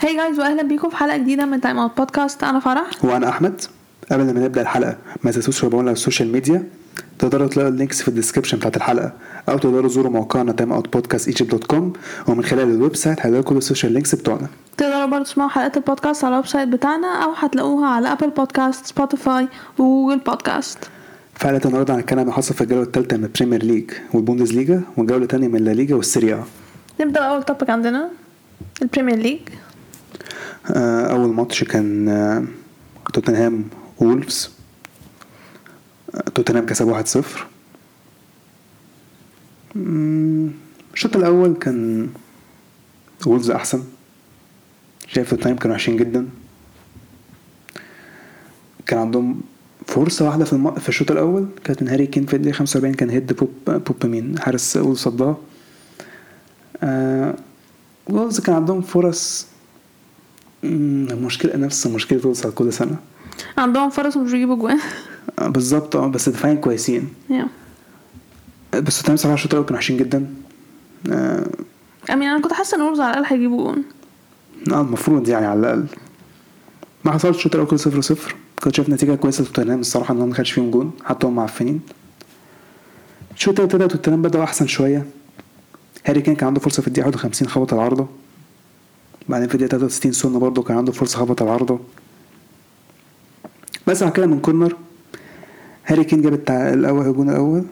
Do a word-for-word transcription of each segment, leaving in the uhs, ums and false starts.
هاي جايز واهلا بيكم في حلقه جديده من تايم اوت بودكاست. انا فرح وانا احمد. قبل ما نبدا الحلقه ما تنسوش تتابعونا على السوشيال ميديا. تقدروا تلاقوا اللينكس في الديسكربشن بتاعت الحلقه او تقدروا تزوروا موقعنا تايم اوت بودكاست ايجيبت دوت كوم ومن خلال الويب سايت هتلاقوا كل السوشيال لينكس بتوعنا. تقدروا برضه تسمعوا حلقات البودكاست على الويب سايت بتاعنا او هتلاقوها على ابل بودكاست سبوتيفاي وجوجل بودكاست. فعلا النهارده هنتكلم عن حصل في الجوله الثالثه من البريمير ليج والبوندس ليجا والجوله الثانيه من لا ليجا والسيريا آ. نبدا اول توبيك عندنا البريمير ليج. اول ماتش كان توتنهام وولفز. توتنهام كسب واحد صفر. الشوط الاول كان وولفز احسن. شايف توتنهام كانوا وحشين جدا. كان عندهم فرصه واحده في الم... في الشوط الاول كانت من هاري كين في الدقيقه خمسة وأربعين. كان هيد بوب بوب مين حارس وولفز صدها. آه... وولفز كان عندهم فرص. المشكله نفس مشكله وولفز كل سنه عندهم فرص ومش بيجيبوا جوان. بالظبط اه بس دفاعيا كويسين. yeah. بس توتنهام صراحه الشوط الاول كانوا وحشين جدا. آه... امين انا كنت حاسه ان وولفز على الاقل هيجيبوا جون. اه المفروض يعني على الاقل. ما حصلش الشوط الاول كله صفر صفر. كنت شايف نتيجه كويسه لتوتنهام الصراحه انهم ما خدش فيهم جون حتى هم معفنين. الشوط الثاني توتنهام بدأوا احسن شويه. هاري كين كان عنده فرصه في الدقيقه واحد وخمسين خبط العارضه. بعدين في الدقيقه ثلاثة وستين سون برضه كان عنده فرصه خبط العارضه. بس على كده من كورنر هاري كين جاب الاول الجون الاول.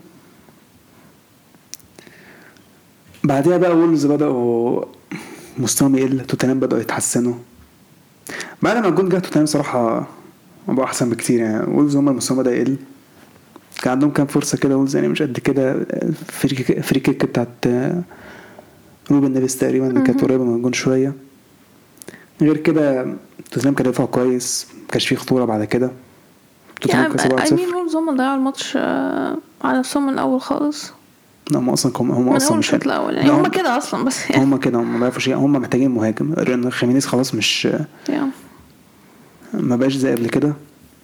بعدها بقى وولز بدأوا مستواهم يقل. توتنهام بدأوا يتحسنوا. بعد ما الجون جه توتنهام صراحه بقى احسن بكتير. يعني وولز هم المستوى بدأ يقل. كان عندهم كام فرصه كده وولز يعني مش قد كده. فري كيك بتاعت روبن نيفيس تقريبا اللي كانت قريبه من الجون شويه. غير كده توتنهام كان دفاع كويس. مكانش فيه خطوره بعد كده. توتنهام كسبوا واحد صفر. يعني وولز هم ضيعوا الماتش على نفسهم من الاول خالص. لا هم اصلا هم, هم اصلا مش الاول يعني هم كده اصلا بس يعني هم كده هم ما بيعرفوش. هم محتاجين مهاجم. لان خيمينيز خلاص مش ما بقاش زي قبل كده.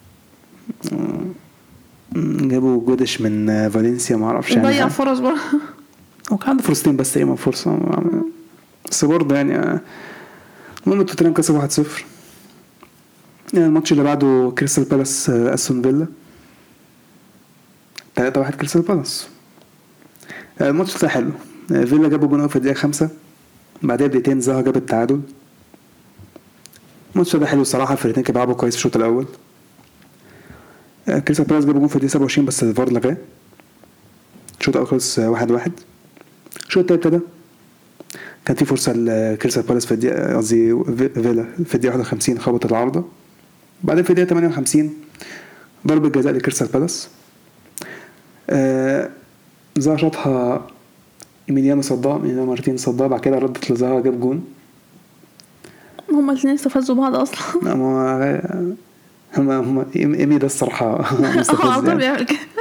جابوا جودش من فالنسيا ما اعرفش يعني ضيع فرص بقى. هو كان عنده فرصتين بس تقريبا فرصه بس برضه يعني. المهم توتنهام كسب واحد صفر. يعني الماتش اللي بعده كريستال بالاس استون فيلا ثلاثة واحد كريستال بالاس. الماتش ده حلو. فيلا جابوا جون في الدقيقه خمسة. بعدها بدقيقتين زها جاب التعادل. الماتش ده حلو الصراحه. الفريقين كانوا بيلعبوا كويس في الشوط الاول. كريستال بالاس جابوا جون في الدقيقه سبعة وعشرين بس الفار لغاه. الشوط الاول خلص واحد واحد. الشوط الثاني ابتدى كان في فرصه لكريستال بالاس في الدقيقه قصدي فيلا في الدقيقه واحد وخمسين خبط العارضه. بعدين في الدقيقه ثمانية وخمسين ضربه جزاء لكريستال بالاس. آه زها شاطها إيميليانو صدها. إيميليانو مارتين صدها. بعد كده ردت لزها جاب جون. هما الاثنين استفزوا بعض اصلا. هم هم هم إيمي ده الصراحه مستفز يعني.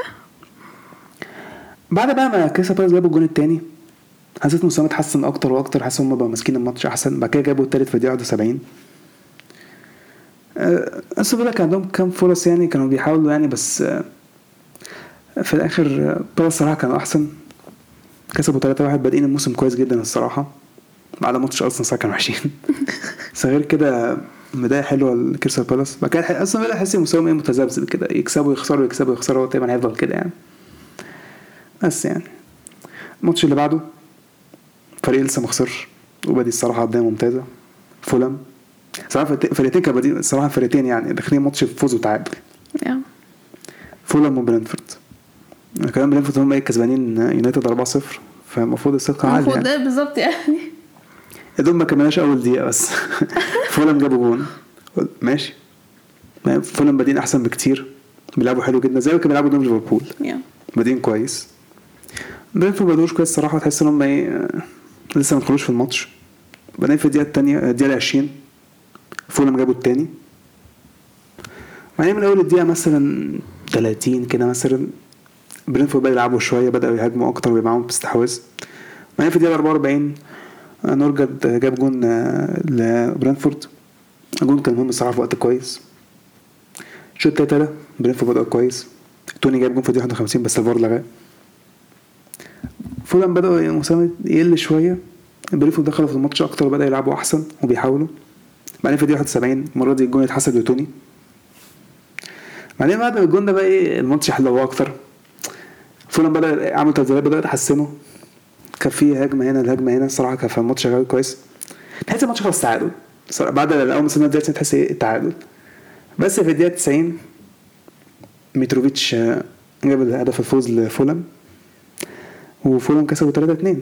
بعد بقى ما كريستال بالاس جابوا الجون الثاني حسيت مستواهم اتحسن اكتر واكتر. حاسس هم بقوا ماسكين الماتش احسن. بعد كده جابوا الثالث في الدقيقه واحد وسبعين. أصلا بقى كان عندهم كام فرص يعني كانوا بيحاولوا يعني بس في الاخر بالاس الصراحه كانوا احسن. كسبوا ثلاثة واحد. بادئين الموسم كويس جدا الصراحه. بعد ماتش اصلا صراحه كانوا وحشين. بس غير كده بدايه حلوه لكريستال بالاس. بعد كده اصلا بقى حاسس مستواهم ايه متذبذب كده. يكسبوا يخسروا يكسبوا يخسروا تقريبا هيفضل كده يعني. بس يعني الماتش اللي بعده فريق لسه ما خسرش وبادي الصراحه بدايه ممتازه. فولام صراحه فريقين كانوا بادئين الصراحه فريقين يعني داخلين ماتش فوز وتعادل. فولام وبرنتفورد. كمان برنتفورد هم ايه كسبانين يونايتد أربعة صفر. فالمفروض الثقه عاليه المفروض ده بالظبط يعني. يدوم ما كملناش اول دقيقه بس. فولام جابوا جون ماشي. فولام بادئين احسن بكتير. بيلعبوا حلو جدا زي ما كانوا بيلعبوا ضد ليفربول. بادئين كويس. برنتفورد بدوش كويس الصراحه. تحس ان هم ايه لسه ما دخلوش في الماتش. بعدين في الدقيقه الثانيه الدقيقه عشرين فولام جابوا الثاني. بعدين من اول الدقيقه مثلا ثلاثين كده مثلا برنتفورد بدأوا يلعبوا شويه. بدأوا يهاجموا اكتر ويبقى معاهم باستحواذ. بعدين في الدقيقه أربعة وأربعين نورجارد جاب جون لبرنتفورد. جون كان مهم الصراحه في وقت كويس. الشوط الثالث برنتفورد بدأوا كويس. توني جاب جون في الدقيقه واحد وخمسين بس الفار لغاه. فولام بدأوا مساهمة يقل شوية. بريفو دخلوا في الماتش أكتر. بدأ يلعبوا أحسن وبيحاولوا. بعدين في الدقيقة واحد وسبعين المرة دي الجون اتحسب لتوني. بعدين بعد ما الجون ده بقى ايه الماتش حلو اكتر. فولان بدأ عملوا تبديلات بدأوا يتحسنوا. كان في هجمة هنا الهجمة هنا الصراحة كان في الماتش شغال كويس. تحس الماتش خلاص تعادل بعد اول ما سنة دلوقتي تحس ايه التعادل. بس في الدقيقة تسعين ميتروفيتش جاب الهدف الفوز لفولان وفولان كسبوا ثلاثة اثنين.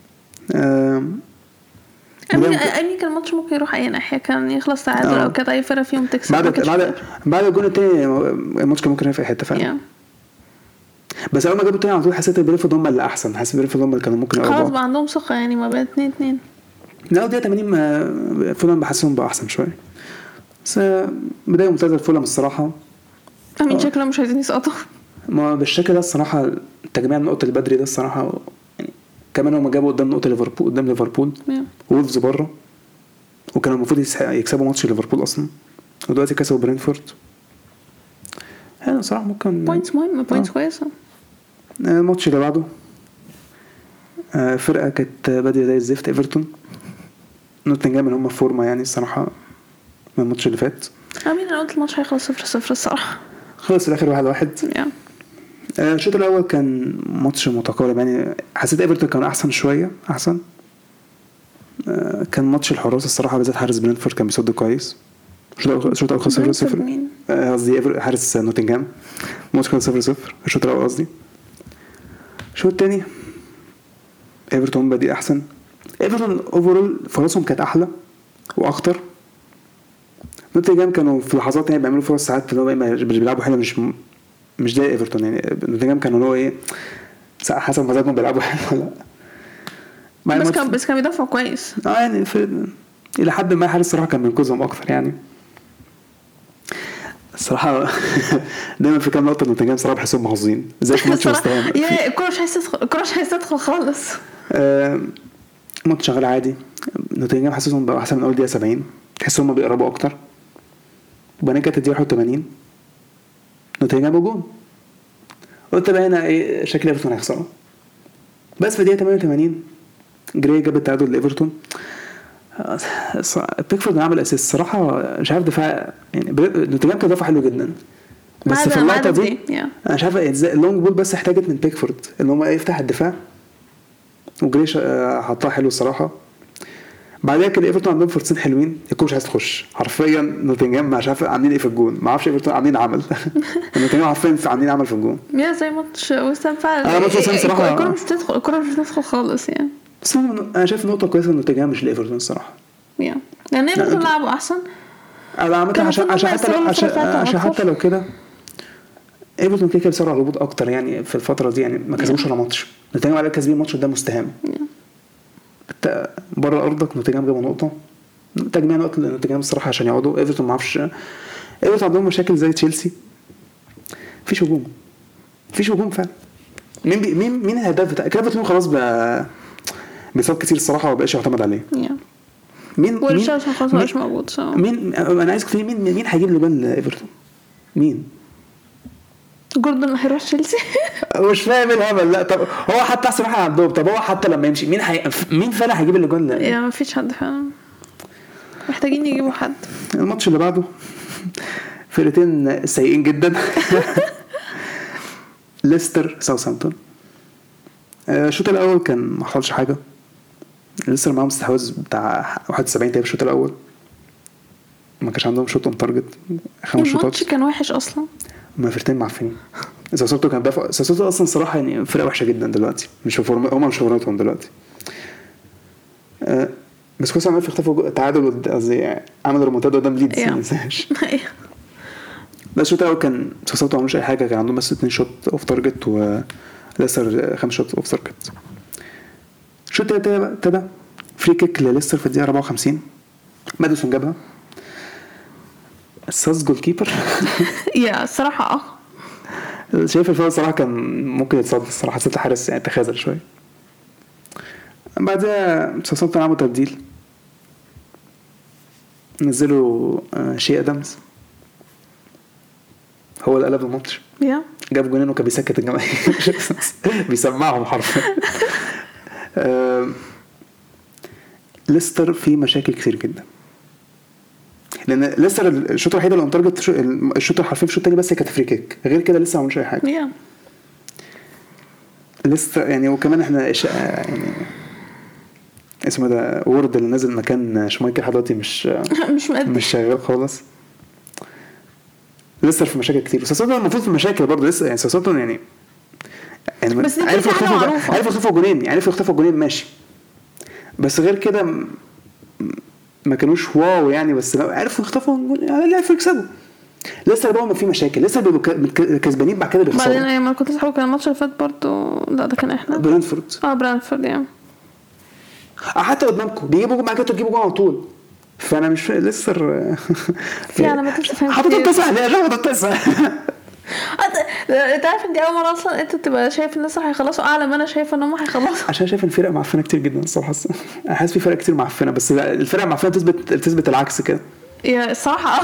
امين امين كان الماتش ممكن يروح اي ناحيه كان يخلص تعادل او كانت اي فرقه فيهم تكسب. بعد بعد بعد الجون الثاني الماتش كان ممكن يروح في حته فعلا. yeah. بس اول ما جابوا الثاني على طول حسيت بريفورد هم اللي احسن. حسيت بريفورد هم اللي كانوا ممكن يقربوا خلاص بقى عندهم ثقه يعني ما بقت اتنين اتنين. لا دي ثمانين فولان بحسهم بقى احسن شويه. بس بدايه ممتازه لفولان الصراحه. امين شكله مش عايزين يسقطوا ما بالشكل ده الصراحه. تجميع النقط البدري ده الصراحه يعني كمان هم جابوا قدام نقطه ليفربول قدام ليفربول yeah. وولفز بره وكانوا المفروض يكسبوا ماتش ليفربول اصلا ودلوقتي كسبوا برينفورد. هذا صراحه ممكن بوينتس مهمه بوينتس كويسه. الماتش اللي بعده فرقه كانت باديه زي الزفت ايفرتون. نوتنجهام هم فورمه يعني الصراحه من الماتش اللي فات. امين انا قلت الماتش هيخلص صفر صفر الصراحه. خلص الاخر واحد واحد. yeah. الشوط الاول كان ماتش متقارب يعني حسيت ايفرتون كان احسن شويه احسن. كان ماتش الحراس الصراحه بالذات حارس برينفورد كان بيصد كويس. الشوط الاول صفر صفر قصدي حارس نوتنجهام الماتش كان صفر صفر الشوط الاول قصدي. الشوط الثاني ايفرتون بدي احسن. ايفرتون اوفرول فرصهم كانت احلى واخطر. نوتنجهام كانوا في لحظات يعني بيعملوا فرص ساعات اللي هو مش بيلعبوا حلو مش مش زي ايفرتون يعني. نوتنجهام كانوا هو ايه حسب مزاجهم بيلعبوا حلو ولا بس كان بس كان بيدافع كويس اه يعني في الى حد ما حارس الصراحه كان بينقذهم اكتر يعني الصراحه. دايما في كام نقطه نوتنجهام صراحه بحسهم محظوظين زي في ماتش مستوى يا الكره مش هيستدخل الكره مش هيستدخل خالص. آه ماتش شغال عادي. نوتنجهام حاسسهم بقى احسن من اول دقيقه سبعين. تحسهم بيقربوا اكتر. وبعدين كانت الدقيقه واحد وثمانين نوتنجهام جون. قلت بقى هنا ايه شكل ايفرتون هيخسروا. بس في الدقيقه ثمانية وثمانين جراي جاب التعادل لايفرتون. بيكفورد عمل اساس الصراحه مش عارف دفاع يعني نوتنجهام كان دفاع حلو جدا بس في اللقطه دي yeah. انا مش عارف ازاي اللونج بول بس احتاجت من بيكفورد ان هو يفتح الدفاع وجراي حطها حلو الصراحه. بعدها كده ايفرتون عندهم فرصتين حلوين الكوره مش عايز تخش حرفيا. نوتنجهام مش عارف عاملين ايه في الجون ما اعرفش ايفرتون عاملين عمل نوتنجهام حرفيا عاملين عمل في الجون يا زي ماتش وسام فعلا. انا ماتش وسام صراحه الكوره مش تدخل الكوره مش تدخل خالص يعني. بس انا شايف نقطه كويسه ان نوتنجهام مش لايفرتون الصراحه يعني لان ايفرتون لعبوا احسن. انا عملت عشان عشان حتى لو عشان, عشان حتى لو كده ايفرتون كده بسرعه الهبوط اكتر يعني في الفتره دي يعني ما كسبوش ولا ماتش. نوتنجهام على كسبين ماتش ده مستهام بره ارضك. نوتنجهام جابوا نقطه تجميع نقط نوتنجهام الصراحه عشان يقعدوا. ايفرتون ما اعرفش ايفرتون عندهم مشاكل زي تشيلسي فيش هجوم فيش هجوم فعلا. مين بي مين مين الهداف بتاع ايفرتون خلاص بقى بيصاب كتير الصراحه وبقاش يعتمد عليه. yeah. مين والشاشه خلاص مش موجود so. مين انا عايزك تقولي مين مين هيجيب لجان لايفرتون مين؟ جوردن هيروح تشيلسي. مش فاهم الهبل. لا طب هو حتى احسن واحد عندهم. طب هو حتى لما يمشي مين حي... مين فعلا هيجيب اللجان؟ يا ما فيش حد فعلا محتاجين يجيبوا حد. الماتش اللي بعده فرقتين سيئين جدا. ليستر ساوثهامبتون. الشوط الاول كان ما حصلش حاجه. ليستر معاهم استحواذ بتاع واحد وسبعين تقريبا الشوط الاول. ما كانش عندهم شوط اون تارجت خمس شوطات. الماتش كان وحش اصلا. ما فرقتين معفنين. ساوثهامبتون كان دافع. ساوثهامبتون اصلا صراحه يعني فرقه وحشه جدا دلوقتي مش في فورم هم مش فورمتهم دلوقتي. أه بس كويس عملوا اختفوا تعادل قصدي يعني عملوا ريمونتادا قدام ليدز ما ننساش. بس الشوط الاول كان ساوثهامبتون مش اي حاجه. كان عندهم بس اتنين شوط اوف تارجت وليستر خمس شوط اوف تارجت. الشوط الثاني ابتدى فري كيك لليستر في الدقيقه أربعة وخمسين. ماديسون جابها. الساس جول كيبر. يا الصراحه اه شايف الفاول صراحه كان ممكن يتصد الصراحه. حسيت الحارس يعني تخاذل شويه. بعدها ساوثهامبتون عملوا تبديل نزلوا شي ادمز هو اللي قلب الماتش. يا جاب جونين وكان بيسكت الجماهير بيسمعهم حرفيا. ليستر في مشاكل كتير جدا. لان لسه الشوط الوحيد اللي انترجت الشوط الحرفي في الشوط الثاني بس كانت فري كيك غير كده لسه ما عملش اي حاجه yeah. لسه يعني وكمان احنا يعني اسمه ده وورد اللي نازل مكان شمايكل لحد دلوقتي مش مش مقدم. مش شغال خالص لسه في مشاكل كتير وساسوتون المفروض في مشاكل برضه لسه يعني ساسوتون يعني يعني بس عارف يخطفوا عارف يخطفوا جولين عارف يخطفوا جولين ماشي بس غير كده ما كانوش واو يعني بس عارفوا يخطفوا على عارفوا يكسبوا لسه بقى ما في مشاكل لسه بيبقوا كسبانين بعد كده بيخسروا بعدين ايام ما كنت صحابي كان الماتش اللي فات برضه لا ده كان احنا برانفورد اه برانفورد يعني حتى قدامكم بيجيبوا معاك تجيبوا جول على طول فانا مش لسه في علامات استفهام حاطط تسعة ليه حاطط تسعة انت عارف ان دي اول مره اصلا انت تبقى شايف الناس هيخلصوا اعلى ما انا شايفه ان هم هيخلصوا عشان شايف الفرق معفنه كتير جدا الصراحه انا حاسس في فرق كتير معفنه بس الفرق معفنه تثبت تثبت العكس كده يا الصراحه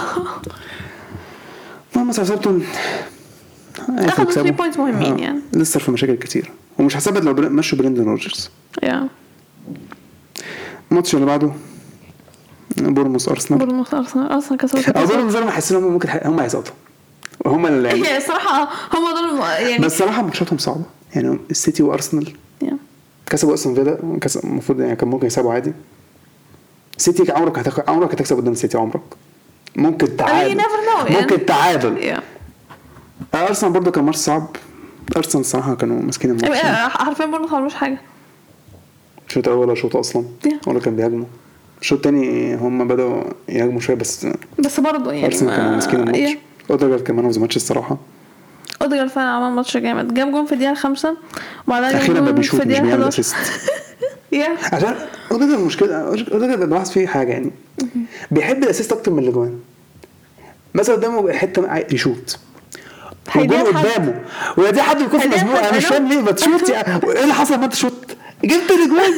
ما مسافرتون اخذوا ثلاثة بوينتس مهمين يعني لسه في مشاكل كتير ومش هثبت لو مشوا بريندن روجرز يا الماتش اللي بعده بورموس ارسنال بورموس ارسنال ارسنال كسبت او بورموس انا حاسس انهم ممكن هم هيسقطوا وهم اللي يعني الصراحه هم دول يعني بس صراحه ماتشاتهم صعبه يعني السيتي وارسنال كسبوا اصلا فيلا كسب المفروض يعني كان ممكن يكسبوا عادي سيتي عمرك هتاخد عمرك هتكسب قدام السيتي عمرك ممكن تعادل ممكن تعادل ارسنال برضو كان ماتش صعب ارسنال الصراحه كانوا ماسكين الماتش حرفيا برضو ما عملوش حاجه الشوط الاول ولا شوط اصلا ولا كان بيهاجموا الشوط الثاني هم بدأوا يهاجموا شويه بس بس برضو يعني ارسنال كانوا ماسكين الماتش اوديجارد كمان في الماتش الصراحه اوديجارد فعلا عمل ماتش جامد جاب جون في الدقيقه الخامسة وبعدين اخيرا بقى بيشوط مش بيعمل اسيست يا عشان اوديجارد المشكله اوديجارد بلاحظ فيه حاجه يعني بيحب الاسيست اكتر من الاجوان مثلا قدامه حته يشوط هيجيب قدامه ولا دي حد يكون مزنوق انا مش فاهم ليه ما تشوط ايه اللي حصل ما انت شوط جبت الاجوان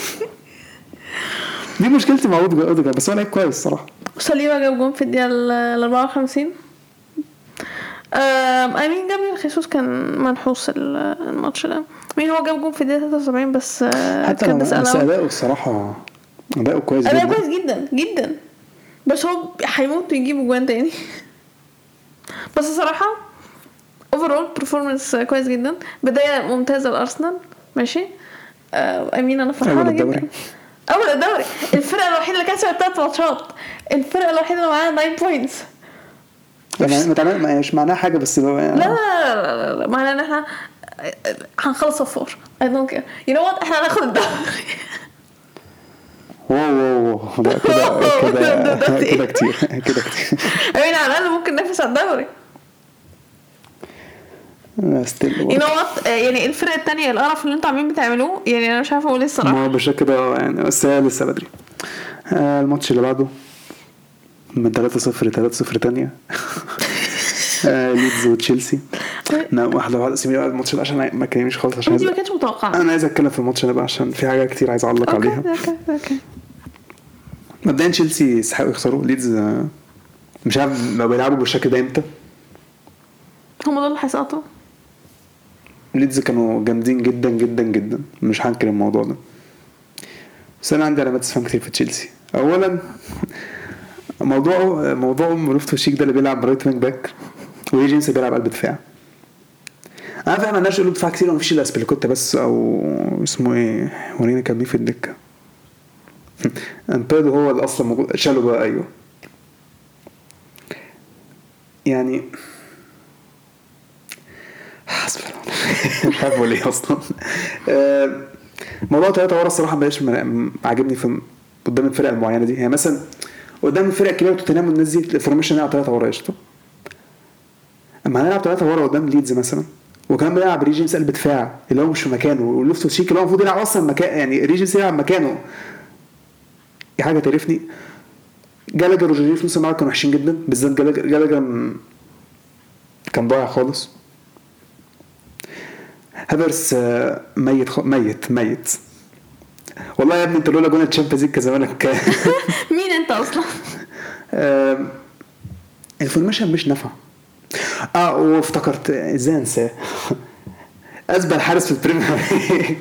دي مشكلتي مع اوديجارد بس هو لعيب كويس الصراحه سليمه جاب جون في الدقيقه ال أربعة وخمسين امين جابريل خيسوس كان منحوس الماتش ده مين هو جاب جون في الدقيقه ثلاثة وسبعين بس حتى بس اداؤه الصراحه اداؤه كويس جدا اداؤه كويس جدا جدا بس هو هيموت يجيب جوان تاني بس الصراحه اوفرول برفورمانس كويس جدا بدايه ممتازه لارسنال ماشي امين انا فرحانه جدا اول الدوري الفرقه الوحيده اللي كسبت ثلاث ماتشات الفرقه الوحيده اللي معاها تسعة بوينتس يعني مش معناها حاجه بس لو لا لا لا لا معناها ان احنا هنخلص صفر I don't care you know what احنا هناخد الدوري واو واو ده كده كده كده كتير كده كتير امين على الاقل ممكن ننافس على الدوري you know what يعني الفرقه الثانيه القرف اللي انتوا عاملين بتعملوه يعني انا مش عارفه اقول ايه الصراحه ما بالشكل ده يعني بس لسه بدري الماتش اللي بعده من ثلاثة صفر ثلاثة صفر تانية ليدز وتشيلسي نعم واحدة واحدة سيبني الماتش ده عشان ما كلمنيش خالص عشان دي ما كانتش متوقعة أنا عايز أتكلم في الماتش ده بقى عشان في حاجة كتير عايز أعلق عليها أوكي أوكي مبدئيا تشيلسي يستحقوا يخسروا ليدز مش عارف لو بيلعبوا بالشكل ده امتى هم دول اللي هيسقطوا ليدز كانوا جامدين جدا جدا جدا مش هنكر الموضوع ده بس أنا عندي علامات استفهام كتير في تشيلسي أولا موضوع موضوع ملوفتو شيك ده اللي بيلعب رايت وينج باك ويجينس بيلعب قلب دفاع انا فاهم الناس يقولوا دفاع كتير ومفيش الا اسبليكوتا بس او اسمه ايه ورينا كان مين في الدكه امبادو هو اللي اصلا موجود شالوا بقى ايوه يعني حسب مش عارف اقول ايه اصلا موضوع ثلاثة ورا الصراحه مبقاش عاجبني في قدام الفرق المعينه دي يعني مثلا قدام الفرق الكبيره توتنهام والناس دي الفورميشن نلعب ثلاثة ورا قشطه اما هنلعب ثلاثة ورا قدام ليدز مثلا وكمان بيلعب ريجنس قلب دفاع اللي هو مش في مكانه ولوفتو شيك اللي هو المفروض يلعب اصلا مكان يعني ريجنس يلعب مكانه دي حاجه تعرفني جالاجر وجورجينيو في نص الملعب كانوا وحشين جدا بالذات جالاجر جالاجر كان ضايع خالص هافرس ميت خ... ميت ميت والله يا ابني انت لولا جون الشامبيونز ليج كزمانك مين انت اصلا الفورميشن مش نافع اه وافتكرت ازاي انساه ازبل حارس في البريمير ليج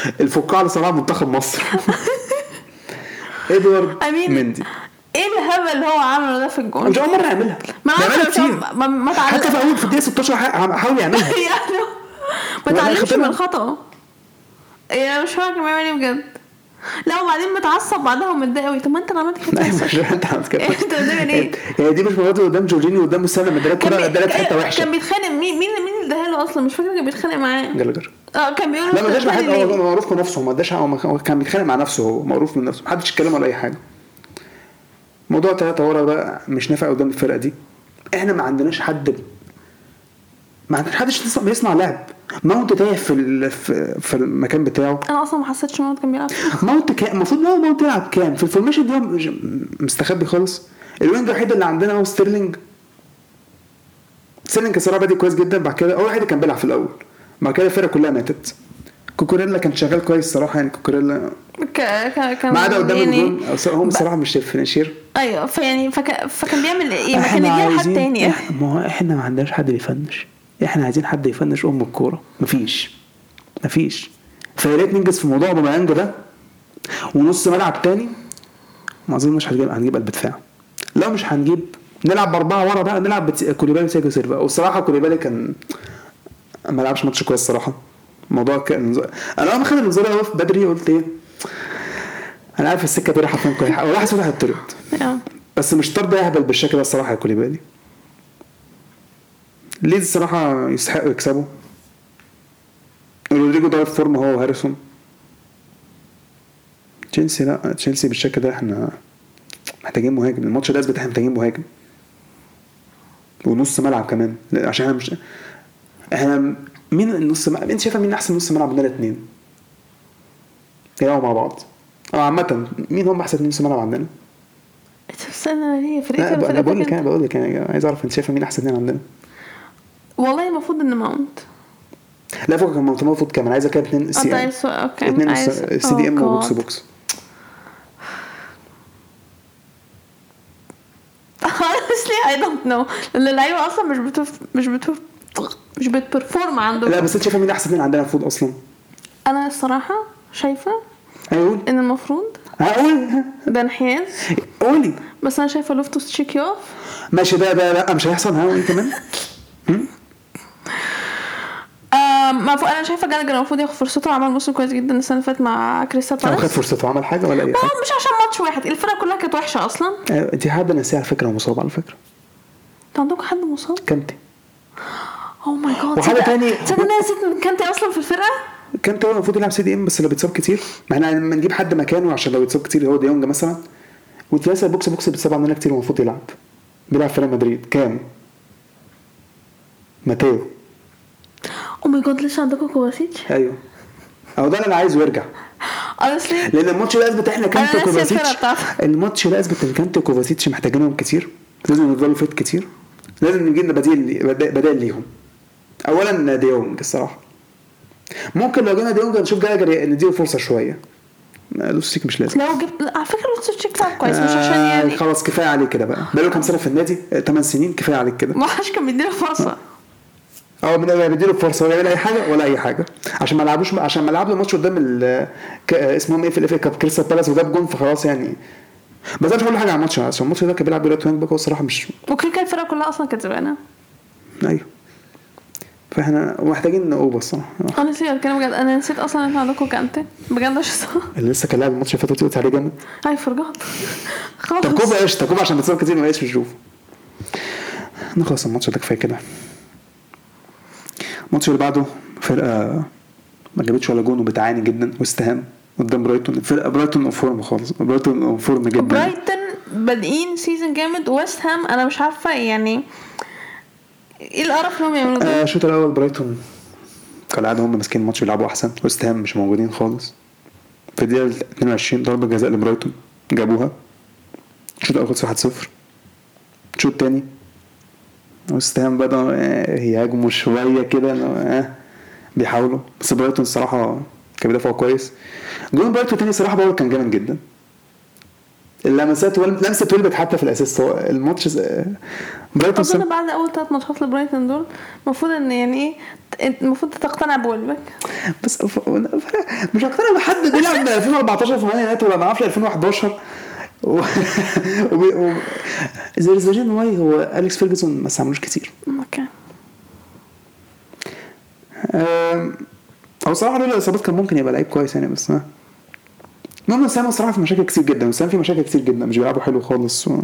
الفقاعه لصلاح منتخب مصر ادوارد مندي ايه الهبل عمل اللي هو عمله ده في الجون مش اول مره يعملها ما بيعملها عارفه كتير ما ما تعلم حتى في اول في الدقيقه ستاشر ح- حاول يعملها يعني ما ولا تعلمش خطأ. من الخطا يعني مش فاكر كان بيعمل ايه بجد لا وبعدين متعصب بعدها ومتضايق قوي طب ما انت اللي عملت كده لا مش انت عملت كده انت بتعمل ايه يعني دي مش مراته قدام جورجينيو قدام مسلم ادالك كان كره بي- ادالك حته وحشه كان بيتخانق مين مين مين اللي اداها له اصلا مش فاكره كان بيتخانق معاه جلجر اه كان بيقول لا ما اداش بتتخانق حد هو ليه؟ معروف من نفسه ما اداش هو كان بيتخانق مع نفسه هو معروف من نفسه محدش اتكلم ولا اي حاجه موضوع ثلاثة ورا ده مش نافع قدام الفرقه دي احنا ما عندناش حد ما عندناش حدش بيصنع لعب ماونت تايه في ال- في في المكان بتاعه انا اصلا ما حسيتش ماونت كان بيلعب ماونت كان المفروض لو ماونت يلعب كام في الفورميشن دي هو مش- مستخبي خالص الوينج الوحيد اللي عندنا هو ستيرلينج ستيرلينج كان صراحه بادئ كويس جدا بعد كده اول واحد كان بيلعب في الاول بعد كده الفرقه كلها ماتت كوكوريلا كان شغال كويس صراحه يعني كوكوريلا ك... ك... كان ما عدا قدام يعني الجون هم بصراحه مش الفينيشير ايوه فيعني فك... فكان بيعمل ايه ما كان يجي حد تاني إح- ما هو احنا ما عندناش حد بيفنش احنا عايزين حد يفنش ام الكوره مفيش مفيش فيا ريت ننجز في موضوع اوباميانج ده ونص ملعب تاني ما اظنش هنجيب هنجيب قلب دفاع لو مش هنجيب نلعب باربعه ورا بقى نلعب بت... كوليبالي وسيجو سيلفا والصراحه كوليبالي كان ما لعبش ماتش كويس الصراحه الموضوع كان انا لما خد الانذار ده بدري قلت ايه انا عارف السكه دي رايحه فين كويس ولا حاسس انها هتطرد بس مش طرد يهبل بالشكل ده الصراحه يا كوليبالي ليدز الصراحه يستحقوا يكسبوا رودريجو ضرب فورم هو وهاريسون تشيلسي لا تشيلسي بالشكل ده احنا محتاجين مهاجم الماتش ده اثبت احنا محتاجين مهاجم ونص ملعب كمان عشان احنا مش احنا مين النص ملعب انت شايفه مين احسن نص ملعب من الاثنين يلعبوا مع بعض او عامه مين هم احسن نص ملعب عندنا استنى ليه فريق لا انا بقول لك انا بقول لك انا عايز اعرف انت شايفه مين احسن اثنين عندنا والله المفروض ان ماونت لا فوق كان المفروض كمان عايزه كده اثنين سي ام اوكي اثنين سي دي ام وبوكس بوكس honestly I don't know لان اللعيبه اصلا مش بتف... مش بتف... مش بتبرفورم عندهم لا بس انت شايفه مين احسن اثنين عندنا المفروض اصلا انا الصراحه شايفه هقول ان المفروض هقول ده انحياز قولي بس انا شايفه لوفتوس تشيك يقف ماشي ده ده لا مش هيحصل ها وانت كمان ما فوق انا شايفه جالاجر المفروض ياخد فرصته عمل موسم كويس جدا السنه اللي فاتت مع كريستال بالاس خد فرصته عمل حاجه ولا اي حاجه مش عشان ماتش واحد الفرقه كلها كانت وحشه اصلا دي حد نسيها على فكره مصاب على فكره انتوا عندكم حد مصاب كانتي او ماي جاد وحاجه تاني تصدق انا نسيت كانتي اصلا في الفرقه كانتي هو المفروض يلعب سي دي ام بس لو بيتصاب كتير ما احنا لما نجيب حد مكانه عشان لو بيتصاب كتير هو ديونج مثلا وتلاقي البوكس بوكس بيتصاب عندنا كتير ومفروض يلعب بيلعب في ريال مدريد كام ماتيو او ماي جاد لسه عندكم كوفاسيتش ايوه او ده اللي انا عايزه يرجع honestly لان الماتش ده اثبت احنا كانتي أنا ناسية وكوفاسيتش الفرقة بتاعته. الماتش ده اثبت ان كانتي وكوفاسيتش محتاجينهم كتير لازم يفضلوا فيت كتير لازم نجي لنا بديل بدائل ليهم اولا ديونج الصراحه ممكن لو جينا ديونج نشوف جالاجر نديله فرصه شويه لوسيك مش لازم لو جبت على فكره لوفتوس تشيك لعب كويس مش عشان يعني خلاص كفايه عليه كده بقى بقاله كام سنه في النادي ثمان سنين كفايه عليك كده ما حدش كان بيديله فرصه اه من اللي بيديله فرصه ولا يعمل اي حاجه ولا اي حاجه عشان ما لعبوش عشان ما لعبوا الماتش قدام ال اسمهم ايه في الاف كاب كريستال بالاس وجاب جون فخلاص يعني بس انا مش هقول حاجه على الماتش عشان الماتش ده كان بيلعب بيلعب وينج باك هو الصراحه مش وكل كان الفرقه كلها اصلا كانت زبانه ايوه فاحنا محتاجين نقوم الصراحه انا نسيت اتكلم بجد انا نسيت اصلا ان عندكم كانتي بجد مش صح اللي لسه كان لاعب الماتش اللي فات قلت عليه جامد اي فرجعت خلاص طب كوبا ايش كوبا عشان بتصور كتير ما بقاش نشوف نخلص الماتش ده كفايه كده الماتش اللي بعده فرقه ما جابتش ولا جون وبتعاني جدا واستهان قدام برايتون الفرقه برايتون اون فورم خالص برايتون اون فورم جدا برايتون بادئين سيزون جامد ويست هام انا مش عارفه يعني ايه القرف اللي هم يعملوه ده آه الشوط الاول برايتون كالعاده هم ماسكين الماتش بيلعبوا احسن ويست هام مش موجودين خالص في الدقيقه اتنين وعشرين ضربه جزاء لبرايتون جابوها الشوط الاول خلص واحد صفر الشوط الثاني ويست هام بدأوا يهاجموا شويه كده آه بيحاولوا بس برايتون الصراحه كان بيدافعوا كويس جون برايتون تاني صراحه باول كان جامد جدا اللمسات لمسه ولبت حتى في الاساس الماتش برايتون اظن بعد اول ثلاث ماتشات لبرايتون دول المفروض ان يعني ايه المفروض تقتنع بولبك بس مش هقتنع بحد بيلعب ألفين وأربعتاشر في مان يونايتد ولا ما اعرفش ألفين وحداشر و... و... زي ريزرجين واي هو أليكس فيرجسون ما استعملوش كتير. اوكي أم، هو صراحة دول الإصابات كان ممكن يبقى لعيب كويس يعني بس ما المهم سام الصراحة في مشاكل كتير جدا وسام في مشاكل كتير جدا مش بيلعبوا حلو خالص و...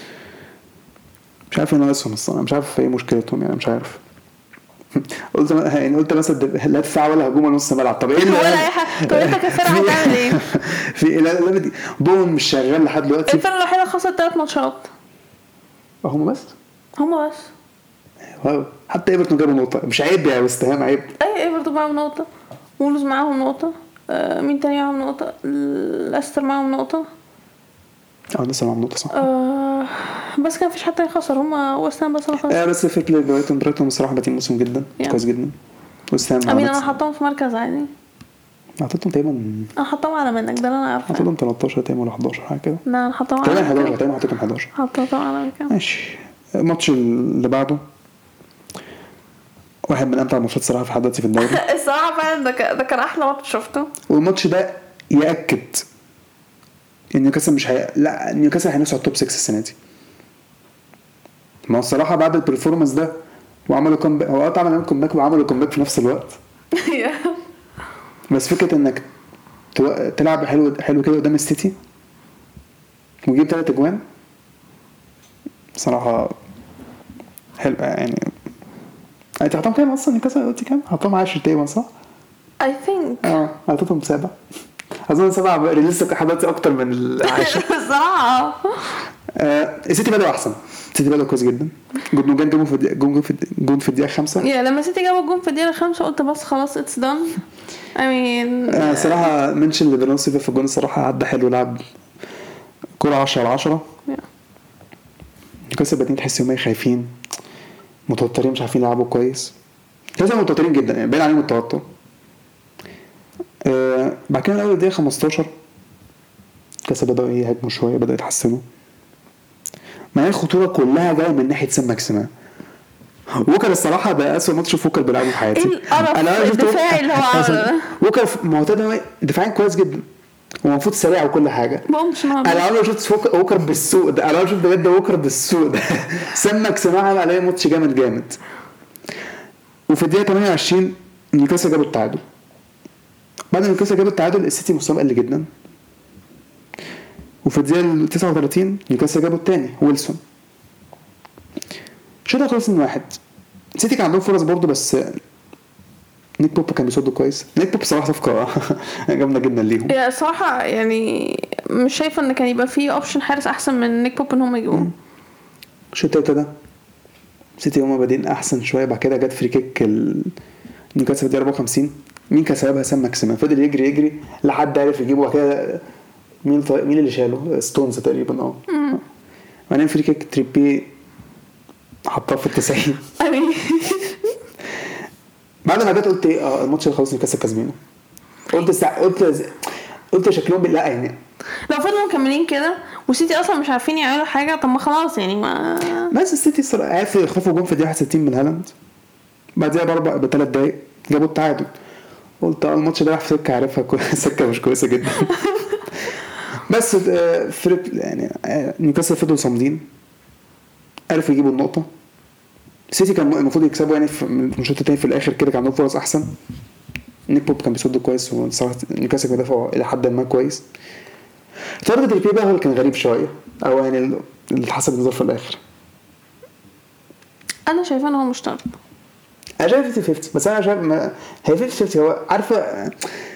مش عارف ايه ناقصهم الصراحة مش عارف ايه مشكلتهم يعني مش عارف قلت يعني قلت مثلا لا دفاع ولا هجوم ولا نص ملعب طب ايه اللي- ولا اي حاجه. طب انت كفرقه هتعمل ايه؟ في ايه لا لا دي بون مش شغال لحد دلوقتي الفرقه الوحيده خسرت ثلاث ماتشات هم بس هما بس. واو. حتى ايفرتون جابوا نقطة مش عيب يا وست هام عيب اي ايفرتون معاهم نقطه وولز معاهم نقطه آه مين تاني معاهم نقطه لاستر معاهم نقطه اه لسه معاهم نقطة صح آه بس كان فيش حد تاني خسر هما وست هام بس اللي خسر. آه بس فكرة برايتون برايتون بصراحة بادين موسم جدا Yeah. كويس جدا وست هام امين عملت- انا حطهم في مركز عادي. اعطيتهم تقريبا انا حطهم على منك ده اللي انا عارفه. اعطيتهم تلتاشر تقريبا ولا حداشر حاجة كده لا انا حطهم تقريبا على حداشر منك. تقريبا حطيتهم حداشر حطهم على منك. ماشي. الماتش اللي بعده واحد من امتع الماتشات صراحه في حدثي في الدوري الصراحه فعلا ده ك- ده كان احلى ماتش شفته. والماتش ده ياكد ان نيوكاسل مش هي... لا نيوكاسل هينافس على التوب ستة السنه دي. ما هو الصراحه بعد البرفورمانس ده وعملوا كومباك هو قطع عملوا كومباك وعملوا كومباك في نفس الوقت بس فكره انك تو... تلعب حلو حلو كده قدام السيتي وتجيب ثلاث اجوان صراحه حلو يعني. انت حطهم كام اصلا نيوكاسل قلت كام؟ حطهم عشرة تقريبا صح؟ I think اه حطيتهم سبعة اظن سبعة لسه حضرتي اكتر من العاشر. الصراحه آه السيتي بدأ احسن السيتي بدأ كويس جدا جون جون في الدقيقة جون في جون في الدقيقة خمسة يا لما سيتي جابوا الجون في الدقيقه خمسة قلت بس خلاص اتس دان. I mean آه صراحة منشن اللي برونسي في الجون الصراحة عدى حلو لعب كرة عشرة على عشرة. نيوكاسل بادين تحس يومين خايفين متوترين مش عارفين يلعبوا كويس كذا متوترين جدا يعني باين عليهم التوتر. آه بعد كده اول دقيقة خمستاشر كاسة بدأوا يهاجموا شوية بدأوا يتحسنوا ما هي الخطورة كلها جاية من ناحية سان ماكسيمان. ووكر الصراحة ده أسوأ ماتش فوكر بيلعبه في حياتي. ايه القرف أنا شفت الدفاعي اللي هو عمله ده. ووكر معتاد دفاعيا كويس جدا ومفروض سريع وكل حاجة. بقومش مع أنا عمري شفت ووكر بالسوق ده أنا شفت بجد ووكر بالسوق ده سان ماكسيمان عمل عليه ماتش جامد جامد. وفي الدقيقة ثمانية وعشرين نيوكاسل جابوا التعادل. بعد نيوكاسل جابوا التعادل السيتي مستواه قل جدا. وفي الدقيقة تسعة وثلاثين نيوكاسل جابوا الثاني ويلسون. شوط خلص من واحد. سيتي كان عندهم فرص برضه بس نيك بوب كان بيصد كويس. نيك بوب صراحة صفقة جامدة جدا ليهم. يا صراحة يعني مش شايفة ان كان يبقى فيه اوبشن حارس احسن من نيك بوب ان هم يجيبوه. الشوط التالت ده سيتي هما بادين احسن شوية بعد كده جت فري كيك ال... نيوكاسل في الدقيقة أربعة وخمسين مين كان سببها؟ سام ماكسيمان فضل يجري يجري لحد عرف يجيبه بعد كده مين طيب مين اللي شاله؟ ستونز تقريبا اه بعدين فري كيك تريبي حطها في التسعين. بعد ما جت قلت ايه اه الماتش اللي خلاص نيوكاسل كسبانه. قلت سع... قلت قلت شكلهم لا يعني لو فضلوا مكملين كده وسيتي اصلا مش عارفين يعملوا حاجه طب ما خلاص يعني ما بس السيتي صراحه عارف يخطفوا جون في الدقيقه واحد وستين من هالاند بعدها باربع بثلاث دقايق جابوا التعادل. قلت اه الماتش ده راح في سكه عارفها كو... سكه مش كويسه جدا. بس فرق يعني نيوكاسل فضلوا صامدين عرفوا يجيبوا النقطه. السيتي كان المفروض يكسبوا يعني في الشوط الثاني في الاخر كده كان عندهم فرص احسن. نيك بوب كان بيصد كويس وصراحه نيوكاسل كان بيدافع الى حد ما كويس. طرد تريبي بقى هو اللي كان غريب شويه او يعني اللي حسب النظر في الاخر. انا شايفه ان هو مش طرد. انا شايف خمسين خمسين بس انا شايف ما هي خمسين خمسين هو عارفه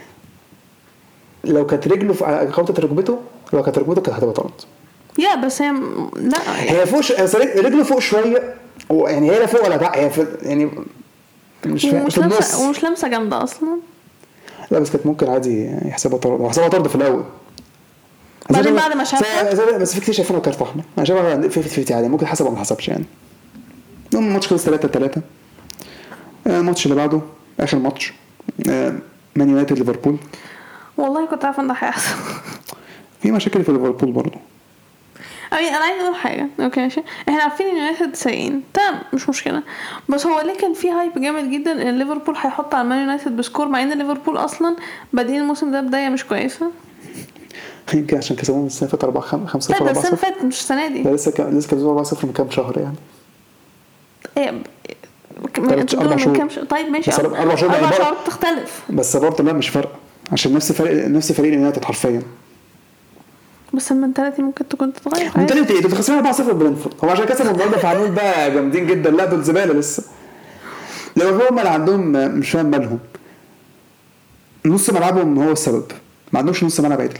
لو كانت رجله في خبطه ركبته لو كانت ركبته كانت هتبقى طرد. يا بس هي لا هي فوق رجله فوق شويه يعني هي لا فوق ولا تحت هي في يعني مش مش لمسه ومش لمسه جامده اصلا. لا بس كانت ممكن عادي يحسبها طرد وحسبها طرد في الاول بعدين بعد ما شافها بس في كتير شايفينها كارت احمر. انا شايفها خمسين خمسين عادي ممكن حسب او ما حسبش يعني. المهم الماتش خلص ثلاثة ثلاثة. الماتش اللي بعده اخر ماتش مان يونايتد ليفربول. والله كنت عارفه ان ده هيحصل. في مشاكل في ليفربول برضه. أمين أنا عايز أقول حاجة أوكي ماشي إحنا عارفين إن يونايتد سيئين تمام مش مشكلة بس هو ليه كان في هايب جامد جدا إن ليفربول هيحط على مان يونايتد بسكور مع إن ليفربول أصلا بادئين الموسم ده بداية مش كويسة. يمكن عشان كسبوهم السنه اللي فاتت أربعة خمسة طيب أربعة السنه اللي صفر. فاتت مش السنه دي. لا لسه ك... لسه كسبوا أربعة صفر من كام شهر يعني. ايه تلات- أربع شهور. كام ش... طيب ماشي بس أربع- أربع شهور اربع بقى- شهور تختلف. بس برضه لا مش فرق عشان نفس فريق نفس فريق اليونايتد حرفيا. بس المنتاليتي ممكن تكون تتغير. انت ليه ايه انتوا خسرانين أربعة صفر برينفورد؟ هو عشان كسبوا النهارده فعاملين بقى جامدين جدا؟ لا دول زباله لسه. لو هم اللي عندهم مش فاهم مالهم نص ملعبهم هو السبب. ما عندهمش نص ملعب عدل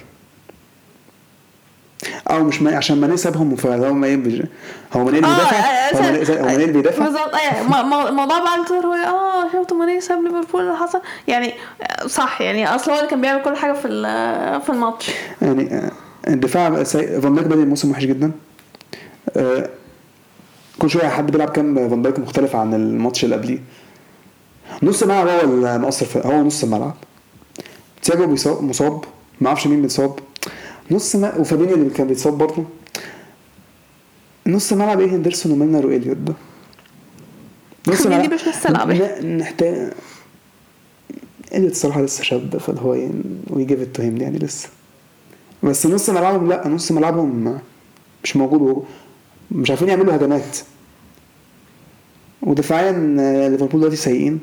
او مش ما عشان ماني سابهم فهو ما يبج... هو ماني اللي بيدافع. هو ماني هو ماني اللي بيدافع بالظبط. ايه الموضوع بقى التر هو اه شفتوا ماني ساب ليفربول اللي حصل يعني صح يعني اصلا هو اللي كان بيعمل كل حاجه في في الماتش يعني. الدفاع سي... فان دايك بدأ الموسم وحش جدا. آه... كل شويه حد بيلعب كام فان دايك مختلف عن الماتش اللي قبليه. نص الملعب هو المقصر في... هو نص الملعب. تياجو بيصاب مصاب ما اعرفش مين بيتصاب نص ما... وفابينيو اللي كان بيتصاب برضه. نص الملعب ايه هندرسون وميلنر وإليوت ده. نص الملعب مش لسه لعبه نحتاج إليوت الصراحه لسه شاب فهو يعني وي جيف ات تو هيم يعني لسه. بس نص ملعبهم لا نص ملعبهم مش موجود مش عارفين يعملوا هجمات. ودفاعيا ليفربول دلوقتي سيئين.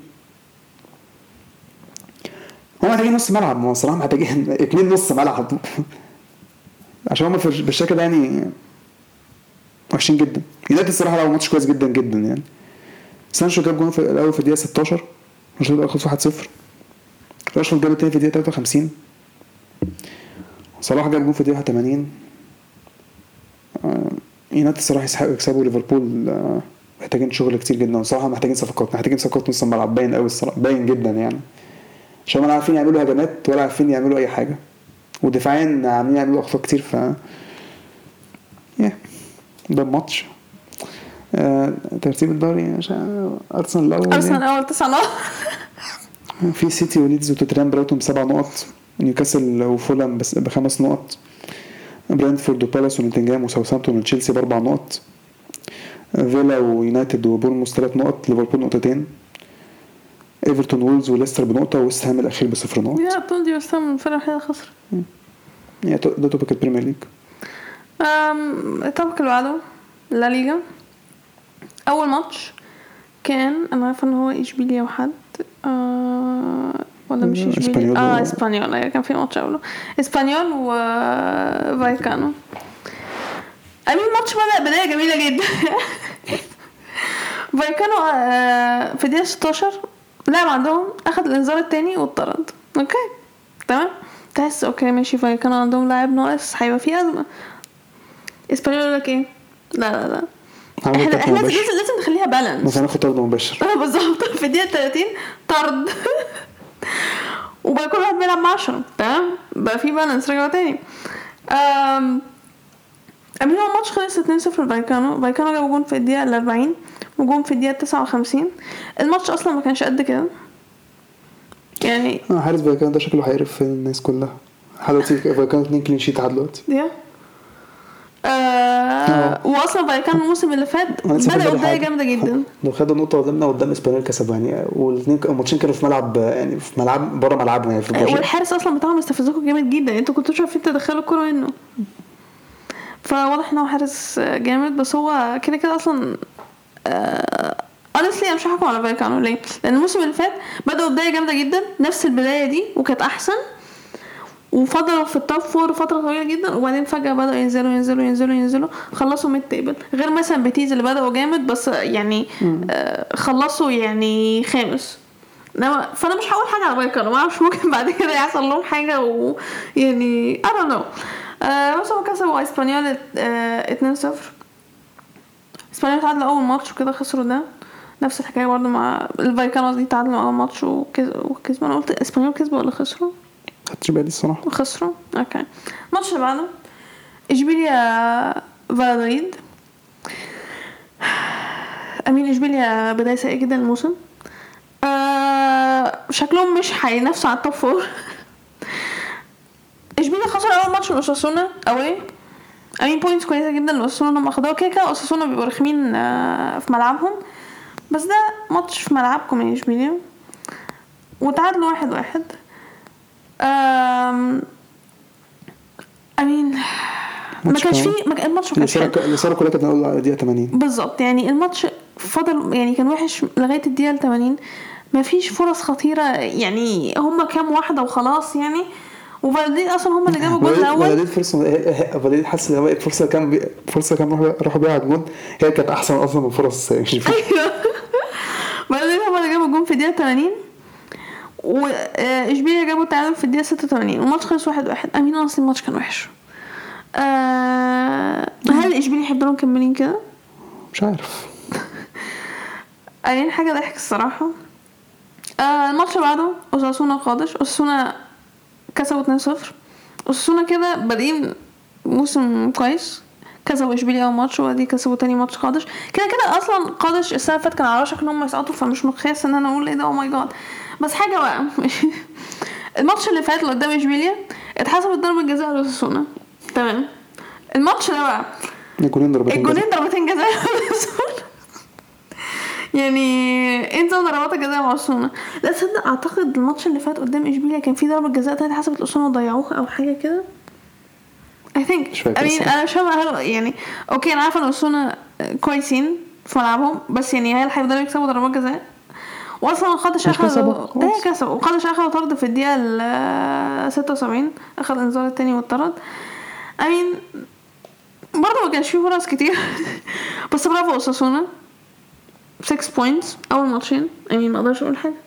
هم محتاجين نص ملعب ما صراحه محتاجين اتنين نص ملعب عشان هم بالشكل ده يعني وحشين جدا. يونايتد الصراحه لعبوا ماتش كويس جدا جدا يعني. سانشو جاب جون في الاول في الدقيقه ستاشر مش الاول خلص واحد صفر. راشفورد جاب الثاني في الدقيقه تلاتة وخمسين. صلاح جاب جون في الدقيقه تمانين. يونايتد الصراحه يستحقوا يكسبوا ليفربول. محتاجين شغل كتير جدا وصراحه محتاجين صفقات محتاجين صفقات نص الملعب باين قوي الصراحه باين جدا يعني عشان ما عارفين يعملوا هجمات ولا عارفين يعملوا اي حاجه ودفاعيا عاملين يعملوا اخطاء كتير ف يا ده الماتش. آه، ترتيب الدوري عشان ارسنال الاول ارسنال الاول تسعة نقط في سيتي وليدز وتوتنهام برايتون بسبع نقط نيوكاسل وفولهام بس بخمس نقط برينتفورد وبالاس ونوتنجهام وساوثهامبتون وتشيلسي باربع نقط فيلا ويونايتد وبورنموث ثلاث نقط ليفربول نقطتين ايفرتون وولز وليستر بنقطه وويست هام الاخير بصفر نقط. يا طول دي ويست هام الفرقه الوحيده خسر يعني ده توبك البريمير ليج. امم التوبك اللي بعده لا ليغا. اول ماتش كان انا عارفه ان هو اشبيليا وحد آه ولا مش اشبيليا اه اسبانيول يعني كان في ماتش اولو اسبانيول وفايكانو. امين الماتش بدأ بدايه جميله جدا فايكانو آه في الدقيقه ستاشر لعب عندهم اخذ الانذار الثاني واتطرد. اوكي تمام تحس اوكي ماشي فايكانو عندهم لاعب ناقص هيبقى في ازمه. اسبانيول يقول لك ايه لا لا لا احنا احنا لازم لازم نخليها بالانس مثلا ناخد طرد مباشر اه بالظبط في الدقيقه تلاتين طرد وبقى كل واحد بيلعب مع عشرة تمام بقى في بالانس رجعوا تاني. امم قبل ما الماتش خلص اتنين صفر فايكانو فايكانو جاب جون في الدقيقه الأربعين وجون في الدقيقه تسعة وخمسين. الماتش اصلا ما كانش قد كده يعني اه حارس فايكانو ده شكله هيقرف الناس كلها. حضرتك فايكانو اتنين كلين شيت لحد دلوقتي دي آه واصلا فايكانو الموسم اللي فات بدأ بدايه جامده جدا. لو خدوا نقطه قدامنا قدام اسبانيول كسبوا يعني والاثنين الماتشين كانوا في ملعب يعني في ملعب بره ملعبنا يعني في والحارس اصلا بتاعهم استفزكم جامد جدا انتوا كنتوا شايفين تدخلوا الكره منه فواضح ان هو حارس جامد بس هو كده كده اصلا آه honestly انا مش هحكم على فايكانو ليه لان الموسم اللي فات بدأوا بدايه جامده جدا نفس البدايه دي وكانت احسن وفضلوا في التوب فور فتره طويله جدا وبعدين فجاه بدأوا ينزلوا ينزلوا ينزلوا ينزلوا خلصوا ميد تيبل غير مثلا بيتيز اللي بدأوا جامد بس يعني آه خلصوا يعني خامس. فانا مش هقول حاجه على فايكانو ما اعرفش ممكن بعد كده يحصل لهم حاجه ويعني I don't know. آه بس هو كسبوا اسبانيول آه اتنين صفر. اسبانيول تعادلوا اول ماتش وكده خسروا ده نفس الحكايه برضه مع الفايكانو دي تعادلوا اول ماتش وكسبوا. انا قلت اسبانيول كسبوا ولا خسروا خدتش بالي الصراحه خسروا. اوكي الماتش اللي بعده اشبيليا فالادوليد. امين اشبيليا بدايه سيئه جدا الموسم. آه شكلهم مش هينافسوا على التوب فور. اشبيليا خسر اول ماتش من اوساسونا اوي امين بوينتس كويسه جدا اوساسونا لما اخدوها كده اوساسونا بيبقوا رخمين آه في ملعبهم بس ده ماتش في ملعبكم يا اشبيليا وتعادلوا واحد واحد. امين ما كانش فيه ما الماتش ما كانش اللي صار كلها كانت نقول على الدقيقه ثمانين بالظبط. يعني الماتش فضل يعني كان وحش لغايه الدقيقه ثمانين، ما فيش فرص خطيره يعني، هم كام واحده وخلاص يعني. وفالدين اصلا هم اللي جابوا الجول الاول. فالدين فرصه فالدين حاسس ان هو فرصه كان بي... فرصه كان راحوا بيها على الجول، هي كانت احسن اصلا من فرص ايوه فالدين هم اللي جابوا الجول في الدقيقه ثمانين، واشبيليا جابوا التعادل في الدقيقه ستة وثمانين والماتش خلص واحد واحد. امين اصلا الماتش كان وحش. أه... هل اشبيليا يحبوا مكملين كده؟ مش عارف. قايلين حاجه ضحك الصراحه. آه الماتش بعده اوساسونا قادش. اوساسونا كسبوا اتنين صفر. اوساسونا كده بادئين موسم كويس، كسبوا اشبيليا اول ماتش وادي كسبوا تاني ماتش قادش. كده كده اصلا قادش السنه اللي فاتت كان على وشك ان هم يسقطوا، فمش مقياس ان انا اقول ايه ده او ماي جاد. بس حاجه بقى الماتش اللي فات اللي قدام اشبيليا اتحسبت ضربه جزاء لاوساسونا، تمام. الماتش ده بقى الجولين ضربتين الجولين ضربتين جزاء يعني انت ضربات الجزاء مع اوساسونا. لا تصدق اعتقد الماتش اللي فات قدام اشبيليا كان في ضربه جزاء تانية حسبت اوساسونا وضيعوها او حاجه كده I think. امين انا مش فاهمه يعني. اوكي انا عارفه ان اوساسونا كويسين في ملعبهم، بس يعني هل هيقدروا يكسبوا ضربات جزاء؟ واصلا قادش اخذ ده كسب، وقادش اخذ طرد في الدقيقه ال ستة وسبعين، اخذ انذار التاني والطرد. امين برضه ما كانش فيه فرص كتير بس برافو اوساسونا ستة بوينتس اول ماتشين. امين ما اقدرش اقول حاجه.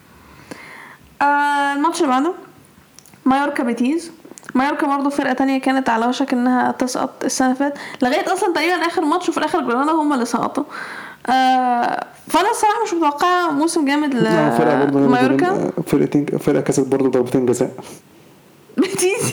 آه الماتش اللي بعده مايوركا بيتيز. مايوركا برضو فرقه تانية كانت على وشك انها تسقط السنه اللي فاتت لغايه اصلا تقريبا اخر ماتش، وفي الاخر جرانا هم اللي سقطوا. آه فانا الصراحه مش متوقعه موسم جامد لمايوركا. فرقتين فرقه كسبت برضو ضربتين جزاء بيتيز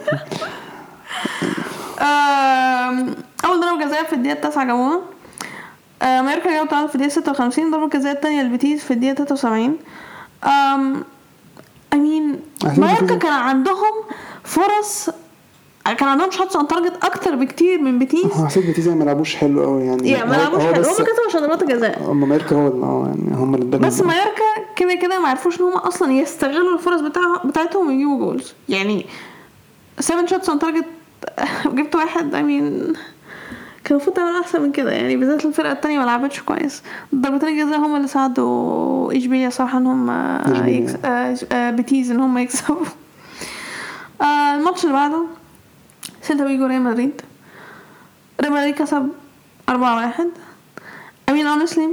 آه اول ضربه جزاء في الدقيقه التاسعة جابوها. آه مايوركا جابوا تعادل في الدقيقه ستة وخمسين، ضربه الجزاء الثانيه للبيتيز في الدقيقه تلاتة وسبعين. امم امين مايوركا كان عندهم فرص، كان عندهم شوتس اون تارجت اكتر بكتير من بيتيز. حسيت بيتيز ما لعبوش حلو قوي يعني. يعني ما لعبوش حلو، هم كسبوا عشان ضربات الجزاء. هم مايوركا هو اه يعني هم اللي بس مايوركا كده كده ما عرفوش ان هم اصلا يستغلوا الفرص بتاعهم بتاعتهم ويجيبوا جولز. يعني سبعة شوتس اون تارجت جبت واحد. امين كان المفروض تعمل احسن من كده يعني، بالذات الفرقه الثانيه ما لعبتش كويس. ضربتين الجزاء هم اللي ساعدوا اشبيليا صراحه ان هم يكس... آه... آه... بيتيز ان هم يكسبوا. آه الماتش اللي بعده سيلتا فيجو ريال مدريد. ريال مدريد كسب أربعة واحد. امين اونستلي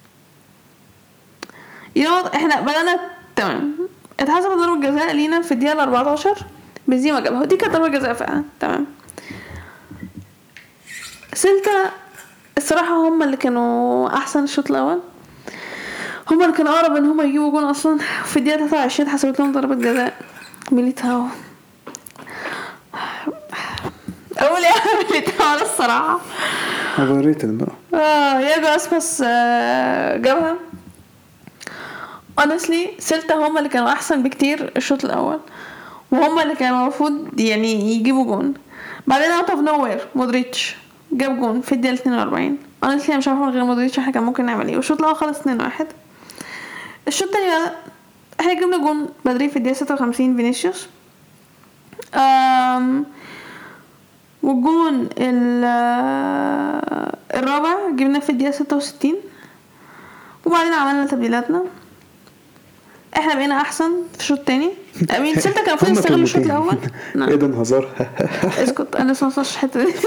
يلا احنا بدأنا تمام، اتحسبت ضربه جزاء لينا في الدقيقه أربعتاشر بنزيما جابها، دي كانت ضربه جزاء فعلا تمام. سيلتا الصراحه هم اللي كانوا احسن الشوط الاول، هم اللي كانوا اقرب ان هم يجيبوا جون اصلا. في الدقيقه تلاتة وعشرين حسبت لهم ضربه جزاء ميليتاو. اقول يا ميليتاو الصراحه وريت بقى اه ياجو اسباس جابها. honestly سيلتا هم اللي كانوا احسن بكتير الشوط الاول، وهم اللي كانوا المفروض يعني يجيبوا جون. بعدين اوت اوف نو وير مودريتش جاب جون في الدقيقه اتنين واربعين. انا لسه مش عارفه من غير مودريتش احنا كان ممكن نعمل ايه. والشوط الاول خلص اتنين واحد. الشوط الثاني احنا جبنا جون بدري في الدقيقه ستة وخمسين فينيسيوس. امم والجون الرابع جبنا في الدقيقه ستة وستين. وبعدين عملنا تبديلاتنا، احنا بقينا احسن في الشوط الثاني. امين سيلتا كان المفروض يستغلوا الشوط الاول. ايدن هازار اسكت انا لسه ما وصلتش الحته دي.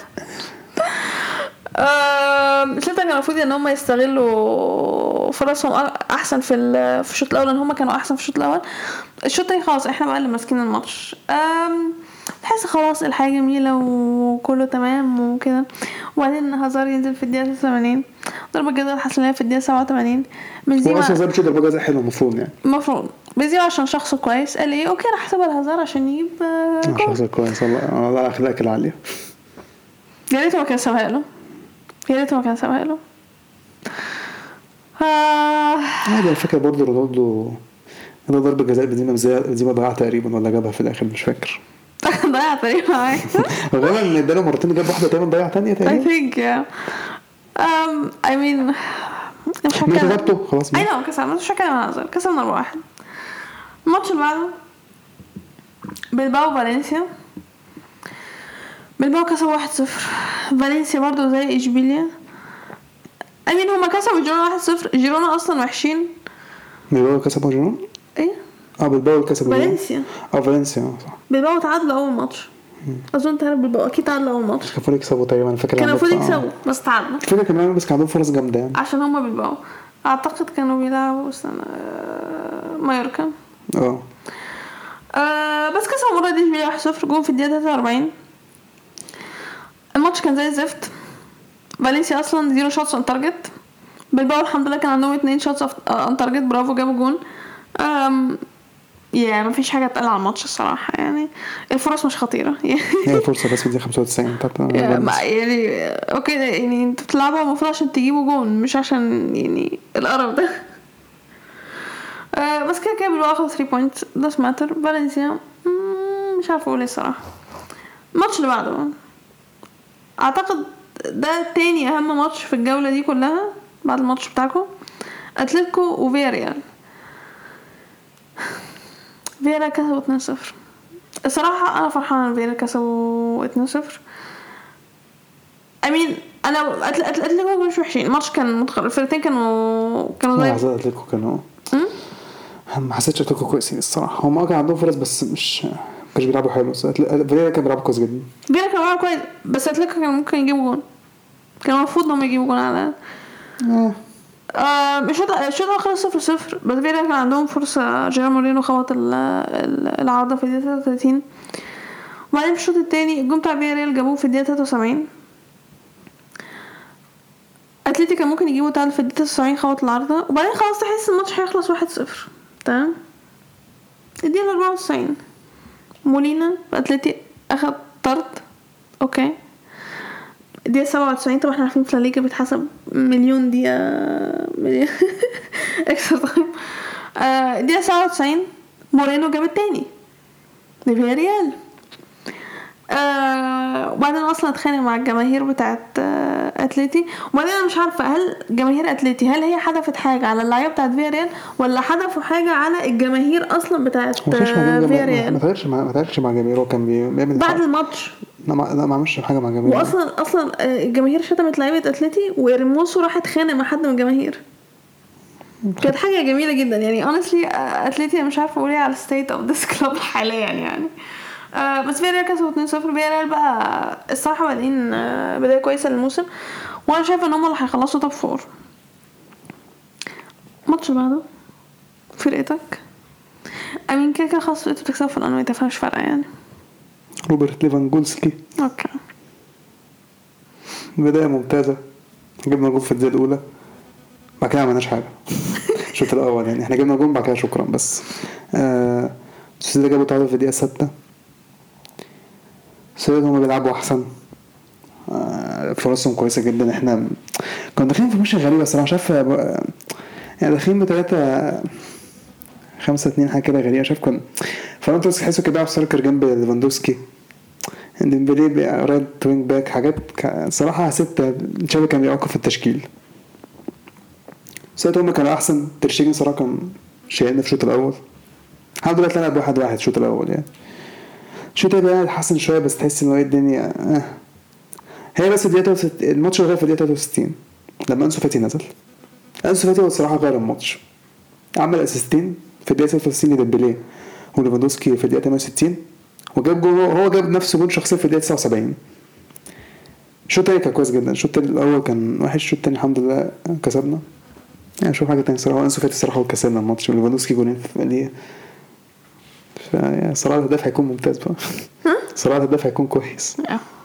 امم سيلتا كان المفروض ان هم يستغلوا فرصهم احسن في في الشوط الاول، ان هم كانوا احسن في الشوط الاول. الشوط الثاني خلاص احنا بقى اللي ماسكين الماتش. امم تحس خلاص الحاجه جميله وكله تمام وكده. وبعدين هازار ينزل في الدقيقه ثمانين، ضربه جزاء الحسنيه في الدقيقه سبعة وثمانين. بنزيما اصلا زي ضربه جزاء حلوه المفروض يعني المفروض بنزيما عشان شخص كويس قال ايه اوكي راح احسبها لهازار عشان يجيب جول. شخص كويس والله والله اخلاقك العاليه. يا ريت ما كان سابها له، يا ريت ما كان سابها له. اه هذا الفكره برضه رونالدو ده ضربه جزاء بنزيما بنزيما ضيعها تقريبا ولا جابها في الاخر مش فاكر. ضيع تقريبا غالبا ان اداله مرتين جاب واحده تقريبا ضيع ثانيه تقريبا I think yeah um I mean مش هكذا جابته خلاص. اي نعم كسبنا مش هكذا نظر كسبنا أربعة واحد. الماتش اللي بعده بلباو فالنسيا. بلباو كسب واحد صفر. فالنسيا برضو زي اشبيليا. امين هما كسبوا جيرونا واحد صفر. جيرونا اصلا وحشين. بلباو كسبوا جيرونا ايه اه بلباو كسبوا فالنسيا. اه فالنسيا صح. بلباو تعادلوا اول ماتش. اظن تعرف بلباو اكيد تعادلوا اول ماتش. كان المفروض يكسبوا تقريبا انا فاكر. كانوا المفروض يكسبوا بس تعادلوا. الفكره كمان بس كان عندهم فرص جامده يعني عشان هما بلباو اعتقد كانوا بيلعبوا سنة مايوركا. اه آه بس كسبوا مرة دي اشبيليا واحد صفر. جون في الدقيقة ثلاثة وأربعين. الماتش كان زي الزفت. فالنسيا اصلا زيرو شوتس اون تارجت. بلباو الحمد لله كان عندهم اتنين شوتس اون تارجت. برافو جابوا جون. امم يا ما فيش حاجه تقال على الماتش الصراحه يعني. الفرص مش خطيره هي فرصه بس دي خمسة وتسعين بتاعت يعني اوكي يعني انتوا بتلعبوا المفروض عشان تجيبوا جون مش عشان يعني القرف ده. آه بس كده كده بلباو اخذ ثلاثة بوينتس ده ماتر. فالنسيا مش عارفه اقول ايه الصراحه. الماتش اللي بعده اعتقد ده تاني اهم ماتش في الجوله دي كلها بعد الماتش بتاعكم. اتلتيكو وفياريال. فياريال كسبوا اتنين صفر. الصراحه انا فرحانه ان فياريال كسبوا اتنين صفر. امين انا اتلتيكو مش وحشين. الماتش كان متقارب. الفرقتين كانوا كانوا زي حسيت اتلتيكو كانوا ما حسيتش اتلتيكو كويسين الصراحه. هم كان عندهم فرص بس مش كانوا بيلعبوا حلو. فياريال كان بيلعبوا كويس جدا. فياريال كان بيلعبوا كويس بس اتلتيكو كان ممكن يجيبوا جون. كان المفروض انهم يجيبوا جون على اه آه مش هذا شو ده خلص صفر صفر. بس فياريال كان عندهم فرصة. جيرار مورينو خبط العارضة في الدقيقة ثلاثة وثلاثين. وبعدين في الشوط الثاني الجون بتاع فياريال جابوه في الدقيقة ثلاثة وسبعين. اتلتيكو كان ممكن يجيبوا تعادل في الدقيقة ثلاثة وسبعين. خبط العارضة وبعدين خلاص تحس الماتش هيخلص واحد صفر. تمام. الدقيقة أربعة وتسعين مولينا اتلتيكو اخد طرد. اوكي. الدقيقة سبعة وتسعين طبعا احنا عارفين في الليجا بيتحسب مليون دقيقة مليون اكسترا تايم. الدقيقة سبعة وتسعين مورينو جاب التاني لفياريال. آه وبعدين اصلا اتخانق مع الجماهير بتاعت آه اتلتي. وبعدين انا مش عارفه هل جماهير اتلتي هل هي حدفت حاجه على اللعيبه بتاعت فياريال ولا حدفوا حاجه على الجماهير اصلا بتاعت آه فياريال. ما تعرفش ما تعرفش مع الجماهير. هو كان بيعمل بعد الماتش لا ما لا ما عملش حاجه مع الجماهير. واصلا اصلا الجماهير شتمت لعيبه اتلتي ويرموسو راح اتخانق مع حد من الجماهير. كانت حاجه جميله جدا يعني honestly. اتلتي مش عارفه اقول ايه على state of this club حاليا يعني. آه بس فياريال كسبوا اتنين صفر. فياريال بقى الصراحه بادئين آه بدايه كويسه للموسم وانا شايفه ان هم اللي هيخلصوا توب فور. ماتش بعده فرقتك امين كده كده خلاص انتوا بتكسبوا في الانوي تفهمش فرق يعني. روبرت ليفاندوفسكي اوكي بدايه ممتازه. جبنا جول في الدقيقه الاولى بعد كده ما عملناش حاجه. الشوط الاول يعني احنا جبنا جول بعد كده شكرا بس. آه السيده جابوا تعادل في الدقيقه ستة. السيده هم بيلعبوا احسن. آه فرصهم كويسه جدا. احنا كنا داخلين في ماشيه غريبه الصراحه. شايف يعني داخلين بثلاثة خمسة اتنين حاجه كده غريبه. شايف كان فانتوا تحسوا كده في سيركر جنب ليفاندوفسكي. ديمبلي بيقرد وينج باك حاجات صراحه. حسيت تشافي كان بيعوق في التشكيل. ساعتها هم كانوا احسن. ترشيجن صراحه كان شايلنا في الشوط الاول. الحمد لله طلعنا بواحد واحد الشوط الاول يعني. الشوط الثاني اتحسن شويه بس تحس ان هي الدنيا آه. هي بس الدقيقه الماتش غير في الدقيقه ثلاثة وستين لما انسو فاتي نزل. انسو فاتي هو الصراحه غير الماتش. عمل اسيستين في الدقيقه ثلاثة وستين لديمبلي وليفاندوفسكي في الدقيقه ثمانية وستين وجاب جول. هو جاب نفس جول شخصيه في الدقيقه تسعة وسبعين. الشوط الثاني كان كويس جدا. الشوط الاول كان وحش. الشوط الثاني الحمد لله كسبنا يعني. شوف حاجه ثانيه صراحه. انسو فاتي الصراحه كسبنا الماتش وليفاندوفسكي جولين في ليه. فيا صراحه الهدف هيكون ممتاز بقى. صراحه الهدف هيكون كويس.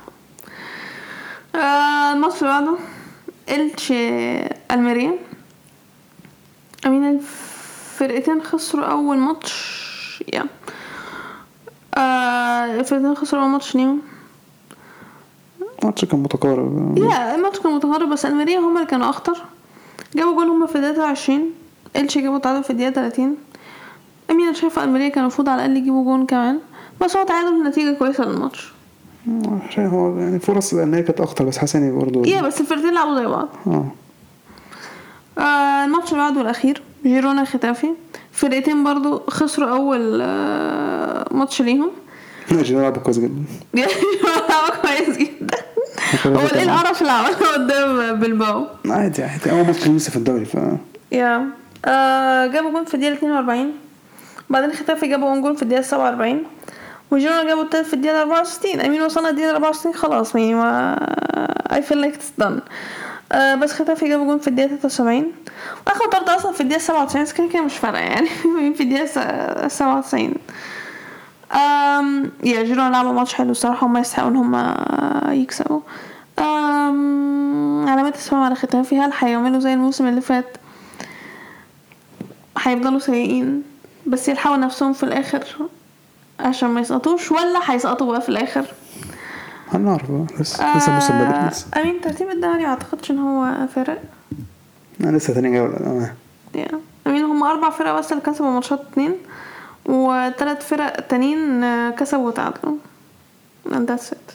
آه الماتش اللي بعده إلتشي الميريا. امين الفرقتين خسروا اول ماتش يا آه الفرقتين خسروا اول ماتش ليهم. الماتش كان متقارب. يا الماتش كان متقارب بس الميريا هم اللي كانوا اخطر. جابوا جول هم في الدقيقه عشرين. إلتشي جابوا تعادل في الدقيقه ثلاثين. امين شايفه الميريا كانوا المفروض على الاقل يجيبوا جول كمان بس هو تعادل نتيجه كويسه للماتش. هو يعني فرص لان هي كانت اخطر بس حسني برضو. يا بس الفرقتين لعبوا زي بعض. اه آه الماتش اللي بعده الاخير جيرونا ختافي. فرقتين برضو خسروا اول آه ماتش ليهم. جيرو لعب كويس جدا. لعب كويس جدا. هو ايه القرف اللي عمله قدام بلباو؟ عادي عادي اول ماتش لسه في الدوري ف يا آه جابوا جون في الدقيقه اتنين واربعين، بعدين ختافي جابوا جون في الدقيقه سبعة واربعين، وجيرونا جابوا التالت في الدقيقه اربعة وستين. امين وصلنا الدقيقه اربعة وستين خلاص يعني ما I feel like it's done. آه بس ختافي جابوا جون في الدقيقه تلاتة وسبعين، واخدوا طرد اصلا في الدقيقه سبعة وتسعين، كده كده مش فارقه يعني في الدقيقه سبعة وتسعين. امم يا جيرونا لعبوا ماتش حلو الصراحه، وما يستحقوا ان هم يكسبوا. امم علامات استفهام على ختافي، هل هيعملوا زي الموسم اللي فات هيفضلوا سيئين بس يلحقوا نفسهم في الاخر عشان ما يسقطوش، ولا هيسقطوا بقى في الاخر؟ هنعرف لسه لسه موسم بدري لسه. امين ترتيب الدوري اعتقدش ان هو فرق، انا لسه تاني جوله. يا امين هم اربع فرق بس اللي كسبوا ماتشات اتنين، وثلاث فرق تانيين كسبوا وتعادلوا and that's it.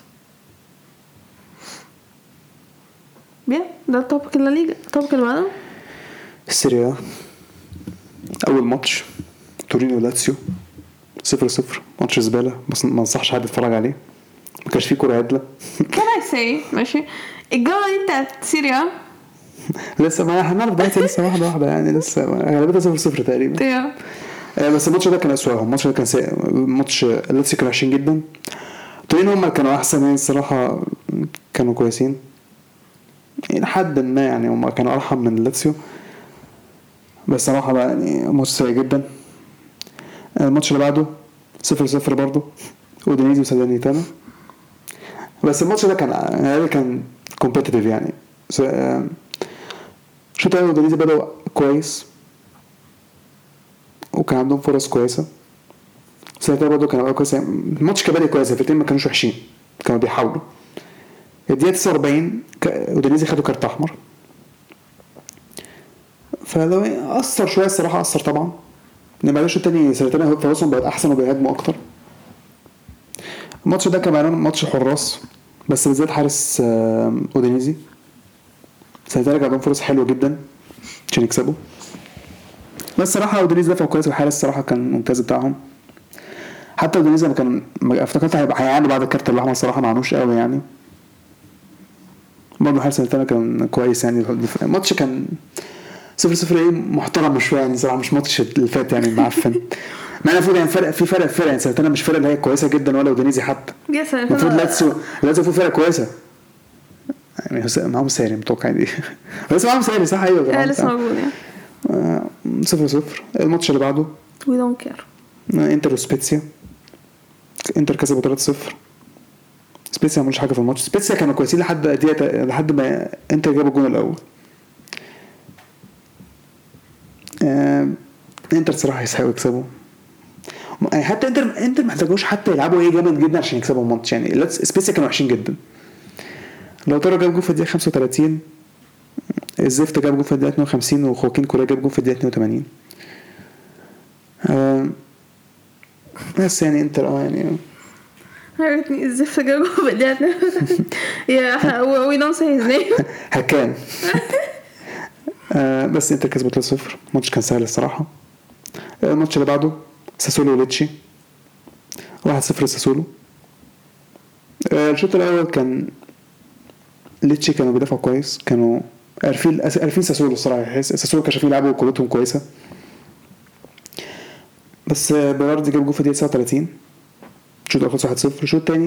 بيه ده التوبك اللي ليجا. التوبك اللي بعده السيريا. اول ماتش تورينو لاتسيو صفر صفر، ماتش زباله بس ما انصحش حد يتفرج عليه، ما كانش فيه كوره عدله. كان هيسي ماشي. الجوله دي بتاعت سيريا لسه ما هنعرف دلوقتي، لسه واحده واحده يعني، لسه غالبا صفر صفر تقريبا. بس الماتش ده كان اسوأهم، الماتش ده كان سيء. ماتش لاتسيو كانوا وحشين جدا، تورينو هم كانوا احسن يعني الصراحه، كانوا كويسين لحد ما يعني، هم كانوا ارحم من لاتسيو، بس صراحه بقى يعني ماتش سيء جدا. الماتش اللي بعده صفر صفر برضه، اودينيزي وسالرنيتانا. بس الماتش ده كان يعني كان كومبيتيتيف يعني. شو تاني اودينيزي بدأوا كويس وكان عندهم فرص كويسه، سالرنيتانا برضه كانوا كويسه. الماتش كان بدأ كويس، الفريقين ما كانوش وحشين، كانوا بيحاولوا. الدقيقه تسعة واربعين اودينيزي خدوا كارت احمر، فلو اثر شويه الصراحه، اثر طبعا. انما الشوط الثاني سالرنيتانا فرصهم بقت احسن وبيهاجموا اكتر. الماتش ده كمان ماتش حراس، بس بالذات حارس اودينيزي سالرنيتانا كان عندهم فرص حلوه جدا عشان يكسبوا، بس الصراحه اودينيزي دفعوا كويس، والحارس الصراحه كان ممتاز بتاعهم. حتى اودينيزي ما كان افتكرت هيبقى هيعانوا بعد الكارت الاحمر، الصراحه ما عانوش قوي يعني. برضه حارس سالرنيتانا كان كويس يعني. الماتش كان صفر صفر ايه محترم شويه يعني صراحه، مش ماتش اللي فات يعني معفن. ما انا المفروض يعني فرق في فرق فرق يعني سالرنيتانا مش فرقه اللي هي كويسه جدا، ولا اودينيزي حتى. المفروض لاتسيو لاتسيو في فرقه كويسه يعني، معاهم ساري متوقع دي بس معاهم ساري صح. ايوه لسه موجود يعني. صفر صفر. الماتش اللي بعده وي دونت كير، انتر وسبيتسيا. انتر كسبوا ثلاثة صفر. سبيتسيا ما عملوش حاجه في الماتش، سبيتسيا كانوا كويسين لحد دقيقه، لحد ما انتر جابوا الجون الاول. انتر صراحه يستحقوا يكسبوا يعني، حتى انتر انتر ما محتاجوش حتى يلعبوا ايه جامد جدا عشان يكسبوا الماتش يعني. سبيسيا كانوا وحشين جدا. لو ترى جاب جول في الدقيقه خمسة وتلاتين، الزفت جاب جول في الدقيقه اتنين وخمسين، وخوكين كوريا جاب جول في الدقيقه اتنين وتمانين. آه بس يعني انتر اه يعني عرفتني الزفت جاب جول في الدقيقه اتنين وتمانين. يا وي دونت سي هيز نيم هكان. آه بس انتر كسبوا ثلاثة صفر. الماتش كان سهل الصراحه. الماتش اللي بعده ساسولو وليتشي واحد صفر ساسولو. الشوط الاول كان ليتشي كانوا بيدافعوا كويس، كانوا عارفين عارفين ساسولو الصراحه. ساسولو كانوا يلعبوا كورتهم كويسه، بس بيراردي جاب جول في الدقيقه تسعة وتلاتين. الشوط الاول واحد صفر. الشوط الثاني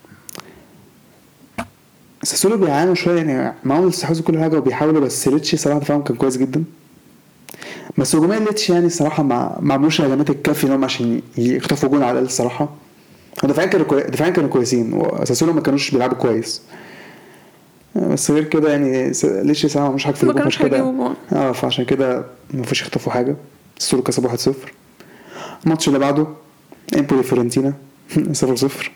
ساسولو بيعانوا شويه يعني، معاهم الاستحواذ كل حاجه وبيحاولوا، بس ليتشي صراحه دفاعهم كان كويس جدا. بس هجوميا ليتشي يعني الصراحه ما ما عملوش الهجمات الكافيه انهم عشان يخطفوا جون على الاقل الصراحه. الدفاعين كانوا كوي... الدفاعين كانوا كويسين، واساسهم ما كانوش بيلعبوا كويس، بس غير كده يعني ليتشي صراحه مش حاجه في الجون كده اه فعشان كده ما فيش يخطفوا حاجه. السولو كسبوا واحد صفر. الماتش اللي بعده امبولي فيورنتينا صفر صفر.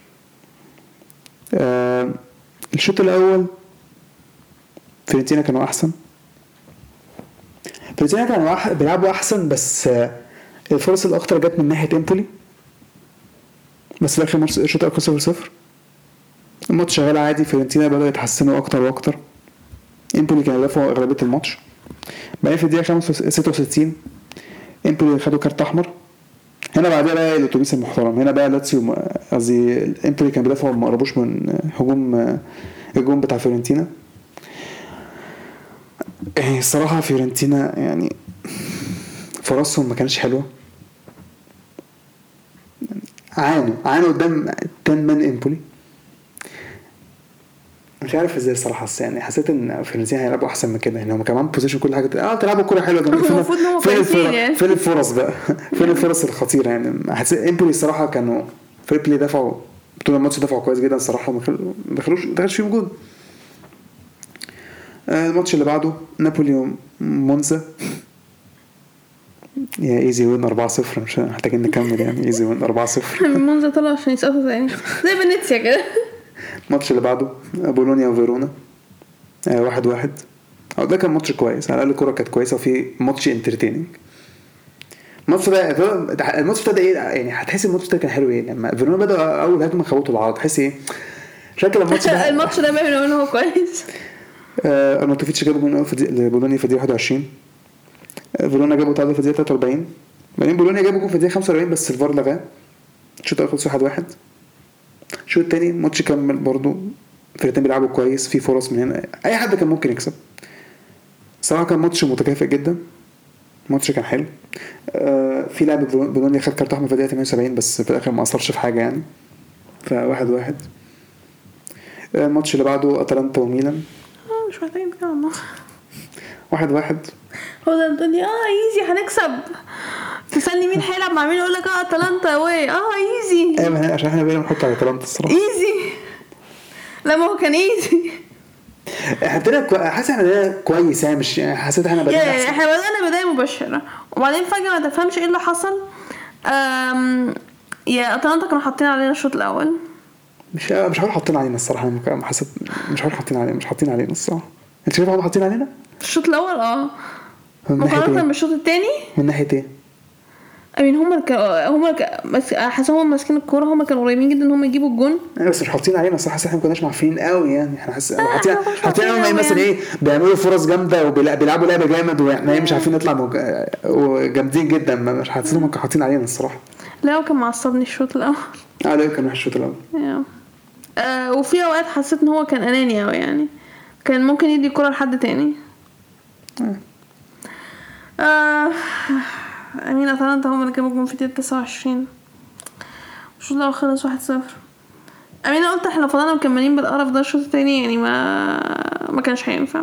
آه الشوط الاول فيورنتينا كانوا احسن، فيورنتينا كانوا بيلعبوا احسن، بس الفرص الاخطر جت من ناحيه امبولي، بس في الاخر الماتش الشوط الاول صفر صفر. الماتش شغال عادي، فيورنتينا بدأوا يتحسنوا اكتر واكتر. امبولي كانوا يدافعوا اغلبيه الماتش. بعدين في الدقيقه ستة وستين امبولي خدوا كارت احمر، هنا بعدها بقى الاتوبيس المحترم. هنا بقى لاتسيو م- قصدي الامبولي كان بيدافعوا ما قربوش من هجوم الجون بتاع فيورنتينا. يعني الصراحه فيورنتينا يعني فرصهم ما كانش حلوه. عانوا عانوا قدام تن من امبولي. مش عارف ازاي الصراحه، بس يعني حسيت ان فيورنتينا هيلعبوا احسن من كده. يعني هم كمان بوزيشن كل حاجه اه تلعبوا كوره حلوه جميل. فين المفروض إن هو فين كويسين الفرص يعني. فين الفرص بقى فين الفرص الخطيره. يعني حسيت امبولي الصراحه كانوا فريق بلاي دفعوا طول الماتش، دفعوا كويس جدا الصراحه. ما خل- ما دخلوش ما دخلش فيهم جول. آه، الماتش اللي بعده نابولي مونزا. يا ايزي وين أربعة صفر. مش محتاجين نكمل يعني. ايزي وين أربعة صفر. المنظر طلع عشان يسقطوا تاني زي فينيسيا كده. الماتش اللي بعده بولونيا وفيرونا. آه، واحد واحد. أو ده كان ماتش كويس، على الأقل الكرة كانت كويسة وفي ماتش انترتيننج. الماتش ده الماتش ابتدى ايه يعني، هتحس الماتش ده كان حلو ايه لما فيرونا بدأ اول هجمه خبطوا العرض. تحس ايه شكل الماتش ده. الماتش ده باين ان هو كويس. آه، ارناوتوفيتش جاب جول في بولونيا في الدقيقه واحد وعشرين. آه، فيرونا جابوا تعادل في الدقيقه تلاتة وأربعين. بعدين بولونيا جابوا جول في الدقيقه خمسة وأربعين بس الفار لغاه. الشوط الاول خلص واحد واحد. الشوط الثاني الماتش كمل برضو، الفرقتين بيلعبوا كويس، في فرص من هنا، اي حد كان ممكن يكسب. صراحه كان ماتش متكافئ جدا. الماتش كان حلو. آه، في لاعب بولونيا خد كارت احمر في الدقيقه تمانية وسبعين بس في الاخر ما اثرش في حاجه يعني. فواحد واحد. آه، الماتش اللي بعده اتلانتا وميلان. اه مش محتاجين نتكلم. واحد واحد. هو ده الدنيا اه ايزي هنكسب. تسألني مين هيلعب مع مين، اقول لك اه اتلانتا واي اه ايزي. ايوه ما هي- عشان احنا بقينا نحط على اتلانتا الصراحه. ايزي. لا ما هو كان ايزي. احنا ابتدينا كو... حاسس احنا بدأنا كويس يعني، مش يعني حسيت احنا بدأنا يا احسن. احنا بدأنا بداية مبشرة وبعدين فجأة ما تفهمش ايه اللي حصل. أم... يا اتلانتا كانوا حاطين علينا الشوط الاول. مش مش عارف حاطين علينا الصراحه. انا حسيت مش عارف حاطين علينا مش حاطين علينا الصراحه. انت شايف هم حاطين علينا الشوط الاول اه من ناحيه مقارنة ايه؟ بالشوط الثاني. من ناحيه ايه؟ امين هم الك... هم الك... بس حاسس هم ماسكين الكوره، هم كانوا قريبين جدا ان هم يجيبوا الجون. ايوه بس مش حاطين علينا الصراحه. احنا ما كناش معفين قوي يعني. احنا حاسس حاطين إحنا مش حاطين معفين علينا أوي مثلا يعني. ايه، بيعملوا فرص جامده وبيلعبوا لعبه جامد واحنا ايه مش عارفين نطلع موج... جامدين جدا. ما- مش حاسسهم كانوا حاطين علينا الصراحه. لا هو كان معصبني الشوط الاول. اه ده كان وحش الشوط الاول. يا. آه وفي اوقات حسيت ان هو كان اناني قوي يعني، كان ممكن يدي الكرة لحد تاني. آه امين اتلانتا هم اللي جابوا الجون في الدقيقة تسعة وعشرين. الشوط الاول خلص واحد صفر. امين أنا قلت احنا فضلنا مكملين بالقرف ده الشوط التاني يعني ما ما كانش هينفع.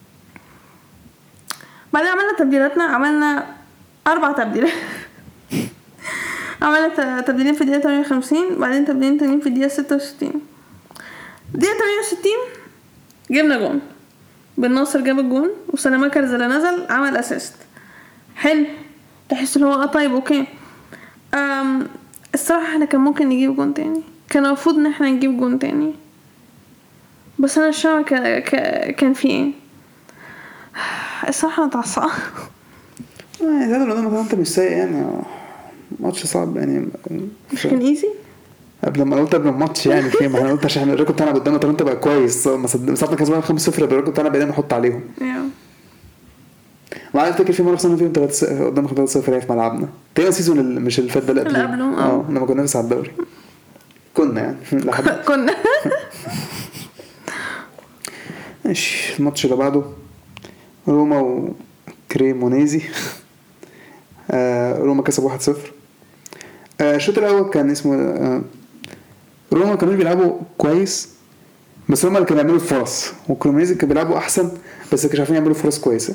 بعدين عملنا تبديلاتنا، عملنا اربع تبديلات. عملنا تبديلين في الدقيقة تمانية وخمسين، بعدين تبديلين تانيين في الدقيقة ستة وستين. الدقيقة تمانية وستين جبنا جون، بن ناصر جاب الجون وسلامة كرزلا نزل عمل اسيست حلو. تحس ان هو اه طيب اوكي. أم الصراحة احنا كان ممكن نجيب جون تاني، كان المفروض ان احنا نجيب جون تاني، بس انا الشعر ك... ك... كان في ايه الصراحة متعصبة. يعني زاد الوضع انت مش سيء يعني. ماتش صعب يعني. مش كان ايزي قبل ما قلت قبل الماتش يعني في ما انا قلت عشان الريكورد بتاعنا قدامنا. طب انت بقى كويس ما صدقنا كسبنا خمسة صفر الريكورد بتاعنا بقينا نحط عليهم. وعلى فكره في مره خسرنا فيهم ثلاثة قدام ثلاثة صفر في ملعبنا تقريبا السيزون اللي مش اللي فات ده اللي قبله اه لما كنا بننافس على الدوري كنا يعني لحد كنا. ماشي. الماتش اللي بعده روما وكريمونيزي. آه روما كسب واحد صفر. آه الشوط الاول كان اسمه آه روما كانوا بيلعبوا كويس بس روما اللي كانوا بيعملوا فرص، وكريمونيزي كانوا بيلعبوا احسن بس كانوا عارفين يعملوا فرص كويسه.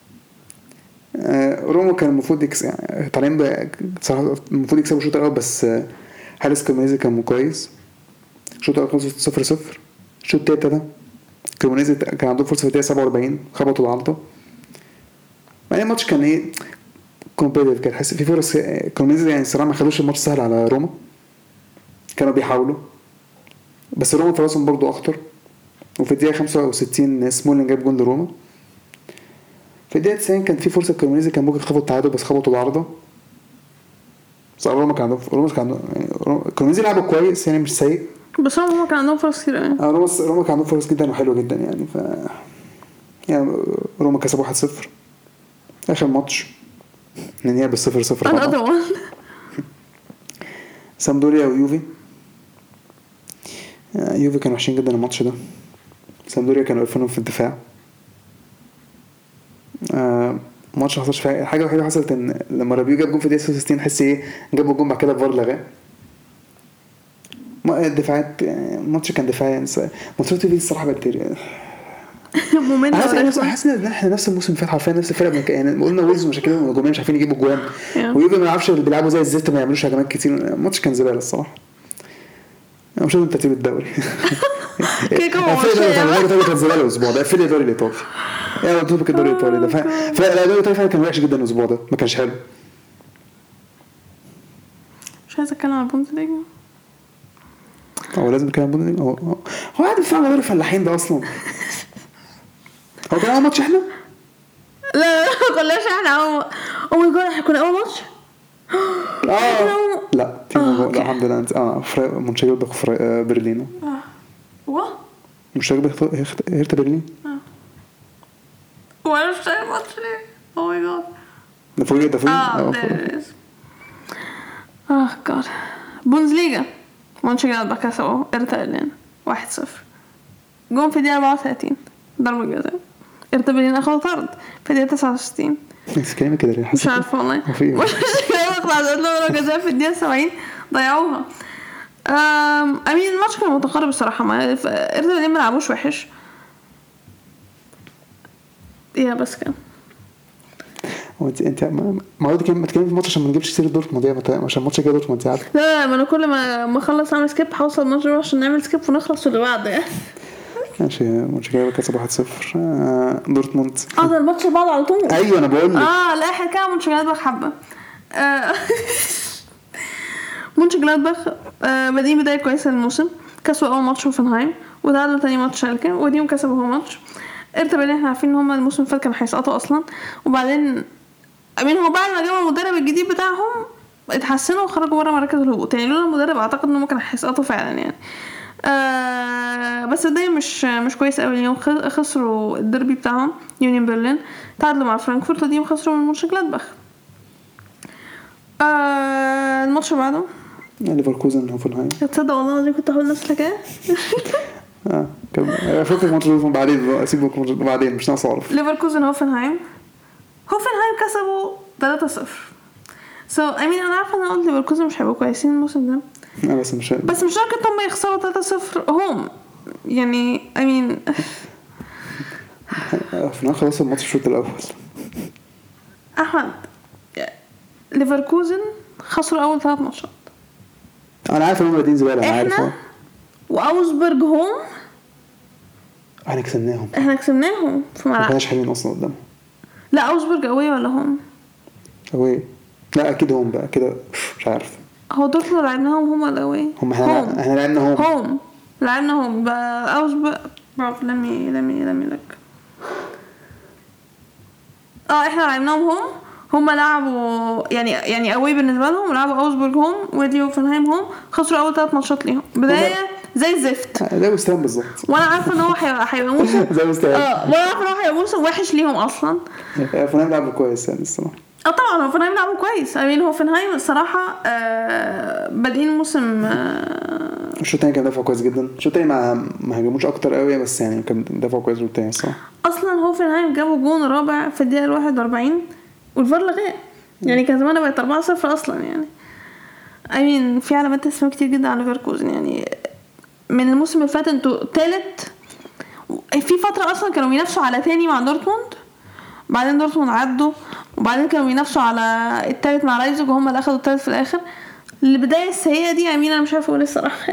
آه روما كان المفروض يكس يعني طالعين صراحه المفروض يكسبوا الشوط الاول بس آه حارس كريمونيزي كان كويس. الشوط الاول خلص صفر صفر. الشوط الثالث ده كريمونيزي كان عنده فرصه في الدقيقه سبعة وأربعين خبطوا العارضه. بعدين الماتش كان ايه كومبيتيتيف، كان حاسس في فرص. كريمونيزي يعني الصراحه ما خدوش الماتش سهل على روما، كانوا بيحاولوا بس روما فرصهم برضو اخطر. وفي الدقيقه خمسة وستين سمولين جاب جول لروما. في الدقيقه تسعين كان في فرصه كريمونيزي كان ممكن يخبطوا التعادل بس خبطوا العارضه. بس روما كان عندهم روما كان عندهم يعني كريمونيزي لعبوا كويس يعني مش سيء بس روما كان عندهم فرص كتير يعني. اه روما روما كان عندهم فرص جدا وحلوه جدا يعني. ف يعني روما كسبوا واحد صفر. اخر ماتش ننهيها بالصفر صفر. انا ضمن سامدوريا ويوفي. يوفي كانوا وحشين جدا الماتش ده. سامدوريا كانوا واقفين في الدفاع. آه ماتش حصلش فيه حاجه. الوحيده حصلت ان لما رابيو جاب جون في الدقيقه ستة وستين حس ايه جابوا جون بعد كده فار لغاه. ما الدفاعات الماتش كان دفاعي. ماتشات يوفي الصراحه بقت ممل. حاسس ان احنا نفس الموسم اللي فات حرفيا نفس الفرق. يعني قلنا ويلز مشاكلهم الهجوميه مش عارفين يجيبوا جوان ويوفي ما يعرفش بيلعبوا زي الزفت ما يعملوش هجمات كتير. الماتش كان زباله الصراحه. انا مش لازم ترتيب الدوري كده كده الدوري كان زباله الاسبوع ده. قفل الدوري الايطالي يعني قلت لك الدوري الايطالي ده فالدوري الايطالي كان وحش جدا الاسبوع ده ما كانش حلو. مش عايز اتكلم عن البوندسليجا. هو لازم نتكلم عن البوندسليجا. هو هو قاعد يدفع على الفلاحين ده اصلا. هو كان اول ماتش احنا لا لا كناش احنا اول او ماي جاد احنا كنا اول ماتش اه لا تيمو لا الحمد لله. اه منشجل في برلين. اه وا منشجل هيرتا برلين. اه وانا مش شايف ماتش ليه. او ماي جاد ده فوق ده فوق اه اه جاد. بوندسليجا منشجل بكسبوا هيرتا برلين واحد صفر. جون في الدقيقه أربعة وثلاثين ضربه جزاء. هيرتا برلين اخذوا طرد في الدقيقه تسعة وستين. بس كلامي كده ليه مش عارفه والله. مش كلامي طلعت له جزاء في الدقيقه سبعين ضيعوها. امم امين الماتش كان متقارب الصراحه. ما هيرتا برلين ما لعبوش وحش يا بس كان وانت انت ما هو دي كان بتكلم في الماتش عشان ما نجيبش سيره دورتموند عشان الماتش كده دورتموند انت عارف. لا لا ما انا كل ما ما اخلص اعمل سكيب هوصل الماتش عشان نعمل سكيب ونخلص اللي بعده يعني. ماشي الماتش كده كسب واحد صفر دورتموند. اه ده الماتش اللي بعده على طول. ايوه انا بقول لك اه لا احنا كده ماتش جلادباخ حبه. ماتش جلادباخ بادئين بدايه كويسه الموسم. كسبوا اول ماتش هوفنهايم وتعادلوا تاني ماتش شالكه وديهم كسبوا هو ماتش. هيرتا برلين احنا عارفين ان هم الموسم اللي فات كانوا هيسقطوا اصلا وبعدين امين هو بعد ما جابوا المدرب الجديد بتاعهم اتحسنوا وخرجوا بره مراكز الهبوط. يعني لولا المدرب اعتقد انهم كانوا هيسقطوا فعلا يعني. آه بس ده مش مش كويس قوي. اليوم خسروا الديربي بتاعهم يونيون برلين. تعادلوا مع فرانكفورت وديهم خسروا من ماتش جلادباخ. آه الماتش بعده ليفركوزن هوفنهايم. تصدق والله دي كنت هقول نفس الحكايه. اه كم فوق الماتش بعدين اسيبك بعدين مش ناقص اعرف. ليفركوزن هوفنهايم. هوفنهايم كسبوا ثلاثة صفر. سو so, I mean انا عارفه ان قلت ليفركوزن مش هيبقوا كويسين الموسم ده. لا بس مش بس مش شرط هم يخسروا ثلاثة صفر هم يعني I mean فنا خلاص الماتش الشوط الاول. احمد ليفركوزن خسروا اول ثلاث ماتشات. انا عارف انهم بادين زباله. انا عارف واوزبرج هوم احنا كسبناهم. احنا كسبناهم في ملعب. ما كانش حلوين اصلا قدامهم. لا اوزبرج قوي ولا هوم؟ قوي. لا اكيد هوم بقى كده مش عارف. هو دول لعبناهم هم ولا قوي؟ هم احنا احنا لعبنا هوم. هوم لعبنا هوم بقى اوزبرج. برافو لمي لمي لمي لك. اه احنا لعبناهم هوم. هم لعبوا يعني يعني قوي بالنسبه لهم. لعبوا اوزبرج هوم ودي هوفنهايم هوم. خسروا اول ثلاث ماتشات ليهم بدايه زي الزفت. زي وستام بالظبط. وانا عارفه ان هو هيبقى موسم زي وستام. اه وانا عارفه ان هو هيبقى موسم وحش ليهم اصلا. هوفنهايم لعبوا كويس يعني الصراحه. اه طبعا هوفنهايم لعبوا كويس. امين هوفنهايم الصراحه آه بادئين الموسم. آه الشوط الثاني كان دفع كويس جدا. الشوط الثاني ما ما هجموش اكتر قوي بس يعني كان دفع كويس الشوط الثاني الصراحه. اصلا هوفنهايم جابوا جون رابع في الدقيقه واحد وأربعين والفار لغاه. يعني كان زمانها بقت أربعة صفر اصلا يعني. امين في علامات استفهام كتير جدا على ليفركوزن. يعني من الموسم اللي فات انتوا ثالث. في فتره اصلا كانوا بينافسوا على تاني مع دورتموند بعدين دورتموند عدوا وبعدين كانوا بينافسوا على الثالث مع رايزوج وهم اللي اخذوا الثالث في الاخر. البدايه السيئه دي امين انا مش عارفه اقول الصراحه.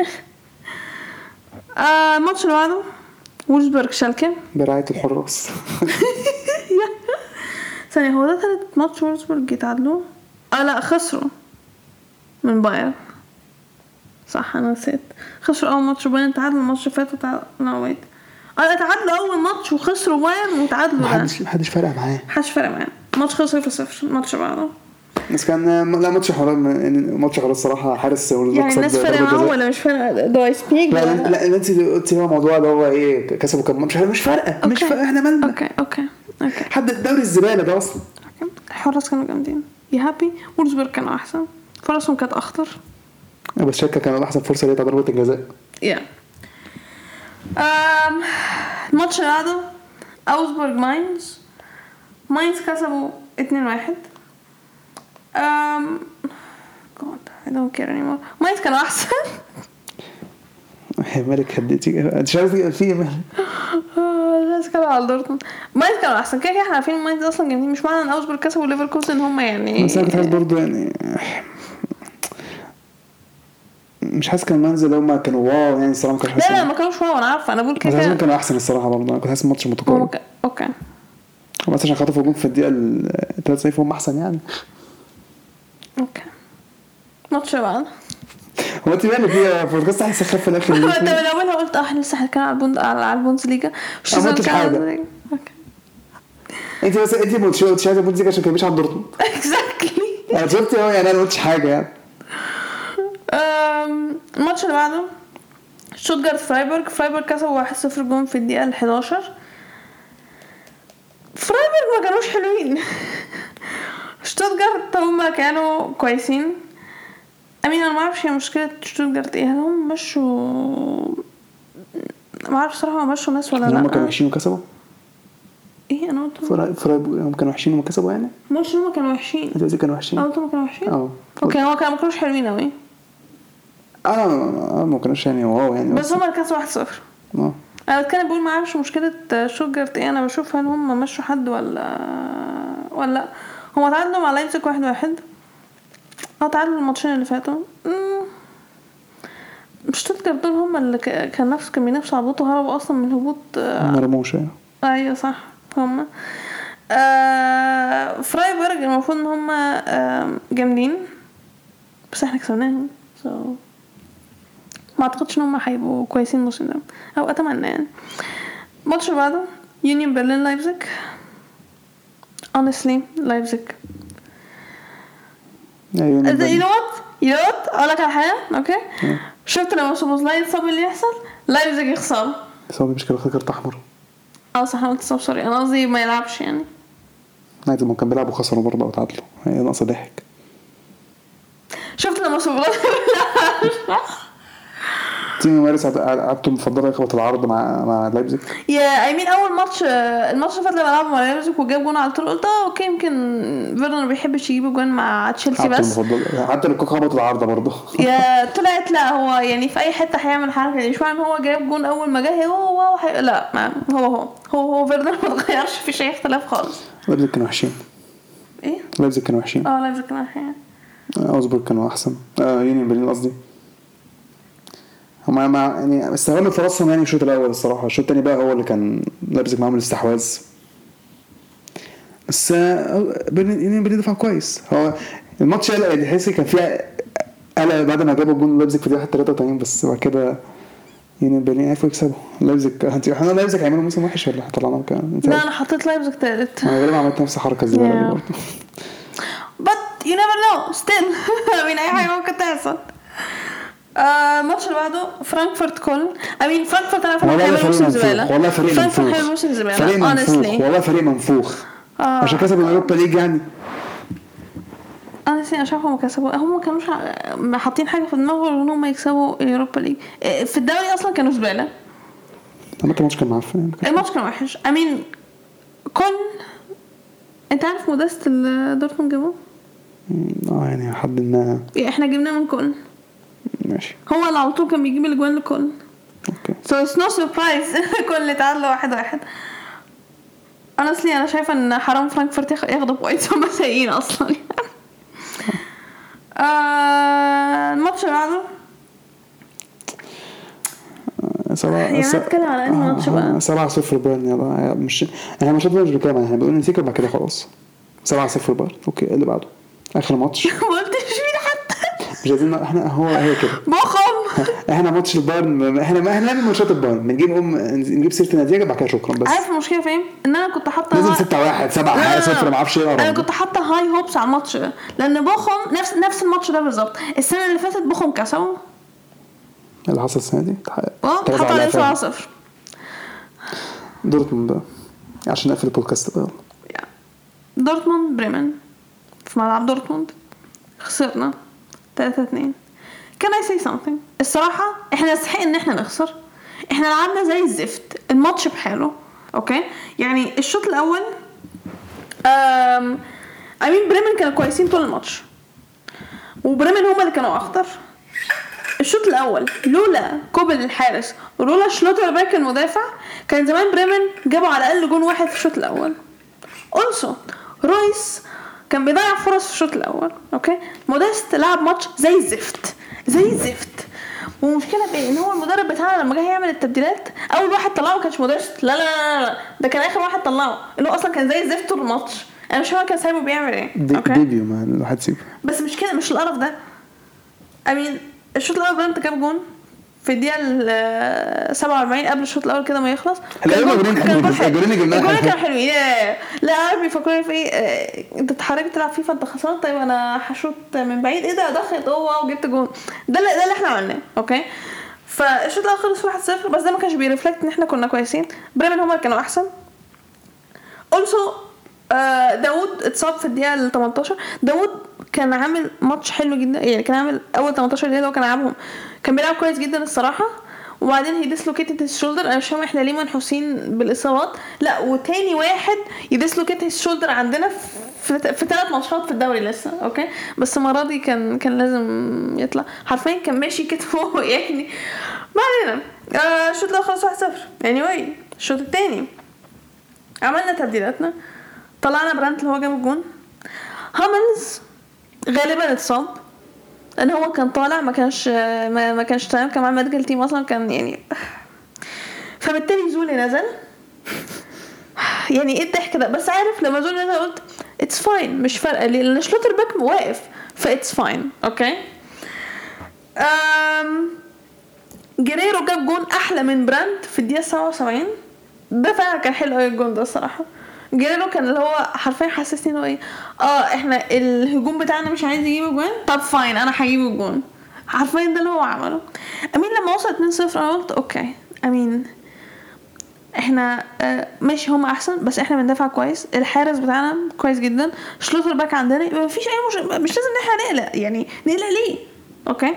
آه الماتش اللي بعده وولفسبرج شالكه برعايه الحراس. ثانيه هو ده ثالث ماتش وولفسبرج يتعادلوا. اه لا خسروا من بايرن صح انا نسيت. خسروا اول ماتش وبعدين تعادلوا الماتش اللي فات وتعادلوا لا ويت اه تعادلوا اول ماتش وخسروا بايرن وتعادلوا. محدش محدش فرق معاه. محدش فرق معاه. ماتش خسر صفر صفر. الماتش بعده بس كان لا ماتش حرام. ماتش خلاص صراحه حارس يعني الناس فرق معاه ولا مش فرق ده سبيك. لا لا انت قلتي بقى الموضوع ده هو ايه كسبوا كام ماتش مش فارقه مش فارقه احنا مالنا. اوكي اوكي اوكي حد الدوري الزباله ده اصلا. الحراس كانوا جامدين. يا هابي وولفسبرج كانوا احسن. فرصهم كانت اخطر بس شكا كان احسن فرصه ليه ضربه الجزاء. يا أم الماتش اللي بعده اوزبورغ ماينز. ماينز كسبوا اتنين واحد. أم God I don't care anymore. ماينز كانوا احسن. يا مالك هديتي انت مش عايز في مالك الناس كانوا على دورتموند. ماينز كانوا احسن كده كده احنا عارفين ماينز اصلا جامدين. مش معنى ان اوزبورغ كسبوا ليفركوزن هم يعني بس انا كنت حاسس برضه يعني مش حاسس كان منزل هما كانوا واو يعني الصراحه كانوا لا لا ما كانوش واو. انا عارفه انا بقول كده كده كانوا احسن الصراحه برضه. انا كنت حاسس الماتش متقارب. اوكي اوكي بس عشان خاطر فوجون في الدقيقه ال ثلاثة صفر هم احسن يعني. اوكي ماتش بعد هو انت مالك فيها بودكاست احسن خف في الاخر. انت من اولها قلت اه احنا لسه هنتكلم على البوند على البوندسليجا مش ما قلتش حاجة. اوكي انت بس انت مش مش عايزه بوندسليجا عشان كان مش عند دورتموند. اكزاكتلي. انا شفت اهو يعني انا ما قلتش حاجه يعني. امم الماتش اللي بعده شوتجارت فرايبورغ. فرايبورغ كسبوا واحد صفر جون في الدقيقه الحداشر. فرايبورغ ما كانوش حلوين. شوتجارت هما كانوا كويسين. امين انا ما اعرفش هي مشكله شوتجارت ايه. هل هم مشوا ما اعرف صراحه مشوا ناس ولا لا. هم كانوا وحشين وكسبوا ايه انا قلت فرايبورغ فرايبورغ هم كانوا وحشين وكسبوا يعني. مش هم كانوا وحشين. انت قلت كانوا وحشين. اه قلت هم كانوا وحشين. اه اوكي هو كانوا ما كانوش حلوين قوي. انا ما كانوش يعني واو يعني. بس هم كسبوا واحد صفر. اه انا كان بقول ما اعرفش مشكله شوتجارت ايه. انا بشوف هل هم مشوا حد ولا ولا لا. هم تعادلوا مع لايبزيج واحد واحد. اه تعادلوا الماتشين اللي فاتوا. مش شوتجارت دول هم اللي كان نفس كان بينافسوا على الهبوط وهربوا اصلا من الهبوط. ما رموش يعني. ايوه صح هم. آه فرايبورغ المفروض ان هم آه جامدين بس احنا كسبناهم so ما اعتقدش ان هم هيبقوا كويسين الموسم ده او اتمنى يعني. الماتش اللي بعده يونيون برلين لايبزيج. honestly لايبزيج ايوه you know what you know what اقول لك على حاجه اوكي. شفت لما سوبوزلاي يتصاب اللي يحصل لايبزيج يخسر. بس هو مش كده خد كارت احمر. اه صح انا قلت صاب سوري. انا قصدي ما يلعبش يعني. نايت ما كان بيلعب وخسروا برضه وتعادلوا. هي ناقصه ضحك. شفت لما سوبوزلاي تيم مارس عادته المفضله يخبط العرض مع مع لايبزيج. يا اي مين اول ماتش الماتش اللي فات لما لعبوا مع لايبزيج وجاب جون على طول قلت اه اوكي يمكن فيرنر ما بيحبش يجيب جون مع تشيلسي بس حتى لو خبط العرض برضه. يا طلعت لا هو يعني في اي حته هيعمل حركه دي. مش معنى ان هو جاب جون اول ما جه هو واو حي... لا ما هو هو هو هو فيرنر ما اتغيرش في شيء اختلاف خالص. لايبزيج كانوا وحشين. ايه لايبزيج كانوا وحشين. اه لايبزيج كانوا وحشين. اوزبورغ كانوا احسن. آه يونيون برلين قصدي. هما مع يعني استغلوا فرصهم يعني الشوط الاول الصراحه. الشوط الثاني بقى هو اللي كان لايبزيج معاهم الاستحواذ بس يونيون برلين دفع كويس. هو الماتش اللي حسي كان فيها قلق بعد ما جابوا جون لايبزيج في الدقيقه ثلاثة وثلاثين بس بعد كده يونيون برلين عرفوا يكسبوا. لايبزيج انت احنا لايبزيج هيعملوا موسم وحش ولا طلعناهم كان. لا انا حطيت لايبزيج ثالث. انا غالبا عملت نفس الحركه الزباله دي برضه. but you never know still. I mean اي حاجه ممكن تحصل. الماتش اللي بعده فرانكفورت كولن. I mean فرانكفورت انا فاكر هيعمل موسم زباله. والله فريق منفوخ. فرانكفورت هيعمل موسم زباله فريق منفوخ والله فريق منفوخ. عشان كسبوا اليوروبا ليج يعني. انا انا شايفه هم كسبوا. هم ما كانوش حاطين حاجه في دماغهم ان هم يكسبوا اليوروبا ليج. في الدوري اصلا كانوا زباله. لما الماتش كان معفن. الماتش كان وحش. I mean كولن انت عارف مودست دورتموند جابوه. اه يعني حد ما احنا جبناه من كولن. ماشي. هو اللي على طول كان بيجيب الاجوان لكولن. اوكي so it's no surprise كل اللي تعادلوا واحد واحد. honestly انا شايفه ان حرام فرانكفورت ياخدوا بوينتس. هم سيئين اصلا. آه الماتش اللي بعده سبعة يعني نتكلم على انهي ماتش بقى. سبعة صفر بايرن. يلا مش احنا مش هنقدر نتكلم احنا بنقول نسيكر بعد كده خلاص. سبعة صفر بايرن. اوكي اللي بعده اخر ماتش. ما قلتش مين حتى. مش عايزين احنا هو هي كده بوخم. احنا ماتش البايرن احنا ما احنا نعمل ماتشات البايرن بنجيب ام نجيب سيره النتيجه بعد كده شكرا. بس عارف المشكله فين ان انا كنت حاطه لازم ستة واحد سبعة صفر ما اعرفش ايه. انا كنت حاطه هاي هوبس على الماتش ده لان بوخم نفس نفس الماتش ده بالظبط. السنه اللي فاتت بوخم كسبوا. اللي حصل السنه دي اه حط عليه سبعة صفر. دورتموند بقى عشان نقفل البودكاست بقى. دورتموند بريمن في ملعب دورتموند خسرنا ثلاثة اثنين. can I say something الصراحة احنا نستحق ان احنا نخسر. احنا لعبنا زي الزفت الماتش بحاله اوكي. يعني الشوط الاول امم امين بريمن كانوا كويسين طول الماتش وبريمن هما اللي كانوا اخطر. الشوط الاول لولا كوبل الحارس ولولا شلوتر باك المدافع كان زمان بريمن جابوا على الاقل جون واحد في الشوط الاول. also رويس كان بيضيع فرص في الشوط الاول اوكي. موديست لعب ماتش زي الزفت زي الزفت. ومشكله بايه ان هو المدرب بتاعنا لما جه يعمل التبديلات اول واحد طلعه كانش موديست. لا لا لا لا ده كان اخر واحد طلعه اللي هو اصلا كان زي الزفت طول الماتش. انا مش فاهمه كان سايبه بيعمل ايه اوكي ديبيو ما الواحد سيبه بس مش كده مش القرف ده. امين الشوط الاول برنت جاب جون في الدقيقه سبعة وأربعين قبل الشوط الاول كده ما يخلص. الجولين كانوا حلوين. لا عارف بيفكروني في ايه انت اتحركت تلعب فيفا انت خسران طيب انا هشوط من بعيد ايه ده دخلت هو وجبت جون. ده اللي ده اللي احنا عملناه اوكي. فالشوط الاول خلص واحد صفر بس ده ما كانش بيرفلكت ان احنا كنا كويسين. بريمن هم كانوا احسن. also داود اتصاب في الدقيقه تمنتاشر. داود كان عامل ماتش حلو جدا يعني كان عامل اول تمنتاشر دقيقه هو كان لعبهم كان بيلعب كويس جدا الصراحه. وبعدين هي ديسلوكيتد هيز شولدر. انا مش فاهم احنا ليه منحوسين بالاصابات. لا وتاني واحد يديسلوكيت هيز شولدر عندنا في في ثلاث ماتشات في الدوري لسه اوكي. بس المره دي كان كان لازم يطلع حرفيا كان ماشي كتفه يعني ما علينا. الشوط الاول خلص واحد صفر يعني واي. الشوط الثاني عملنا تبديلاتنا طلعنا برانت اللي هو جاب الجون. هاملز غالبا اتصاب لان هو كان طالع ما كانش ما, ما كانش تمام كان مع الميديكال تيم اصلا كان يعني. فبالتالي زولي نزل يعني ايه الضحك ده. بس عارف لما زولي نزل قلت اتس فاين مش فارقه لان شلوتر باك واقف فاتس فاين اوكي. امم جيريرو جاب جون احلى من براند في الدقيقه سبعة وسبعين. ده فعلا كان حلو قوي الجون ده الصراحه. جيريرو كان اللي هو حرفيا حسسني انه ايه اه احنا الهجوم بتاعنا مش عايز يجيب الجون طب فاين انا هجيب الجون. حرفيا ده اللي هو عمله. امين لما وصل اتنين صفر انا قلت اوكي امين احنا آه ماشي هم احسن بس احنا بندافع كويس. الحارس بتاعنا كويس جدا. شلوتر باك عندنا ما فيش اي مش, مش لازم ان احنا نقلق يعني نقلق ليه اوكي.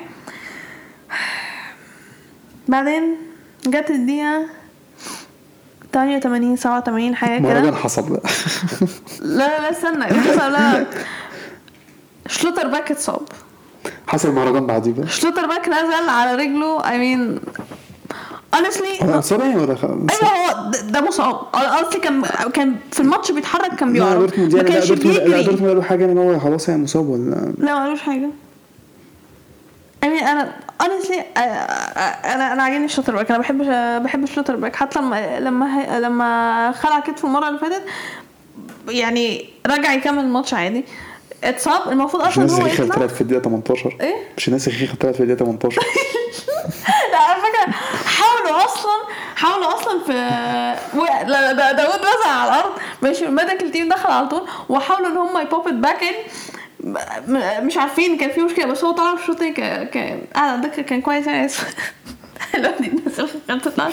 بعدين جت الدقيقه تمانية وتمانين سبعة وتمانين حاجه كده مهرجان حصل بقى. لا لا استنى حصل لا شلوتر باك اتصاب حصل مهرجان بعديه بقى. شلوتر باك نزل على رجله I mean honestly هو اتصاب يعني ولا خلاص؟ ايوه هو ده مصاب اصلي كان كان في الماتش بيتحرك كان بيقع ما كانش بيجري. لا دورتموند قالوا حاجه ان هو خلاص يعني مصاب ولا لا ما قالوش حاجه. I mean انا honestly انا انا عاجبني شلوتر باك. انا بحب بحب شلوتر باك حتى لما لما لما خلع كتفه المره اللي فاتت يعني رجع يكمل الماتش عادي. اتصاب المفروض اصلا هو يطلع. مش في الدقيقه تمنتاشر ايه مش الناس اللي خلت في الدقيقه تمنتاشر. لا على فكره حاولوا اصلا حاولوا اصلا في لا ده داود نزل على الارض ماشي الميديكال تيم دخل على طول وحاولوا ان هم يبوبت باك ان مش عارفين كان في مشكله بس هو طلع في الشوط كان كان قاعد ده كان كويس يعني. لو دي الناس اللي كانت تطلع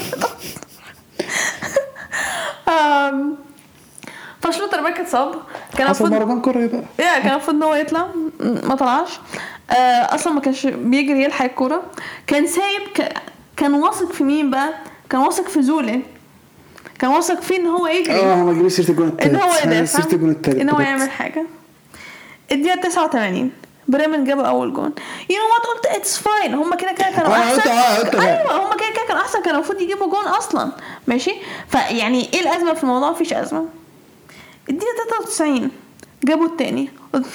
امم فشلوتر باك اتصاب كان المفروض مهرجان كوره بقى يا كان المفروض ان هو يطلع ما طلعش. اصلا ما كانش بيجري يلحق الكوره كان سايب كان واثق في مين بقى كان واثق في زولي كان واثق فيه ان هو يجري اه ما جريش سيرت الجون الثالث ان هو يدافع ان هو يعمل حاجه. الدقيقه تسعة وتمانين بريمن جاب اول جون. يو نو وات قلت اتس فاين هم كده كده كانوا احسن. ايوه هم كده كده كانوا احسن كانوا المفروض يجيبوا جون اصلا ماشي. فيعني ايه الازمه في الموضوع مفيش ازمه. الدقيقه تلاتة وتسعين جابوا الثاني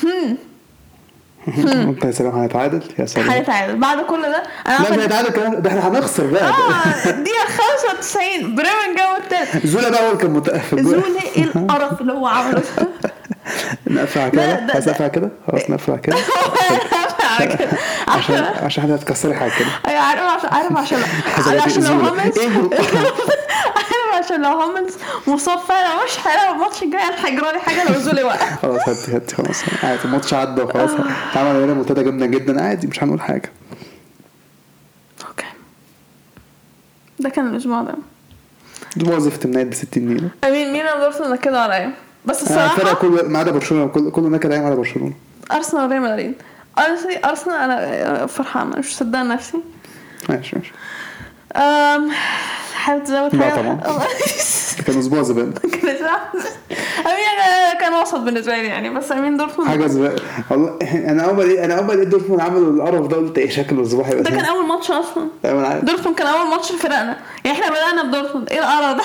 انت يا سلام هنتعادل يا سلام هنتعادل بعد كل ده انا لا هنتعادل كمان ده احنا هنخسر بقى. اه الدقيقه خمسة وتسعين بريمن جاب الثالث. زولا بقى هو كان متأهل. زولا ايه القرف اللي هو عمله نقفع كده هسقفع كده خلاص نقفع كده عشان عشان حد هتكسري حاجه كده. ايوه عارف عارف عشان عشان لو همس عارف عشان لو همس مصاب فعلا مش هيلعب الماتش الجاي هيجرى لي حاجه لو زولي وقع. خلاص هات هات خلاص عادي الماتش عدى وخلاص عمل هنا منتدى جامده جدا عادي مش هنقول حاجه. اوكي ده كان الاسبوع ده. دي وظيفه منايد ب ستين نيله. امين مين انا ضربت انك كده عليا بس الصراحه فرق كل ما عدا برشلونه كل كله نكد عليهم على برشلونه. ارسنال وريال مدريد honestly ارسنال انا فرحانه مش مصدقه نفسي. ماشي ماشي. امم حابب تزود لا حاجه؟ طبعا. كان اسبوع زباله. امين كان وسط بالنسبه لي يعني بس امين دورتموند حاجه زباله والله. انا اول ايه انا اول ايه دورتموند عملوا القرف ده قلت ايه شكل الاسبوع هيبقى ده كان اول ماتش اصلا. ايوه عارف. دورتموند كان اول ماتش لفرقنا يعني احنا بدأنا بدورتموند ايه القرف ده.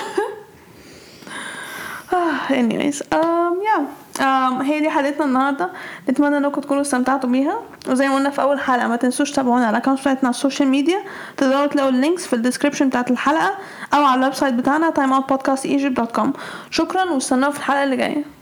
anyways um yeah um هي دي حلقتنا النهارده. نتمنى انكم تكونوا استمتعتوا بيها وزي ما قلنا في اول حلقه ما تنسوش تابعونا على الاكونت بتاعتنا على السوشيال ميديا. تقدروا تلاقوا اللينكس في الديسكريبشن بتاعت الحلقه او على الويب سايت بتاعنا time out podcast egypt dot com. شكرا واستنونا في الحلقه اللي جايه.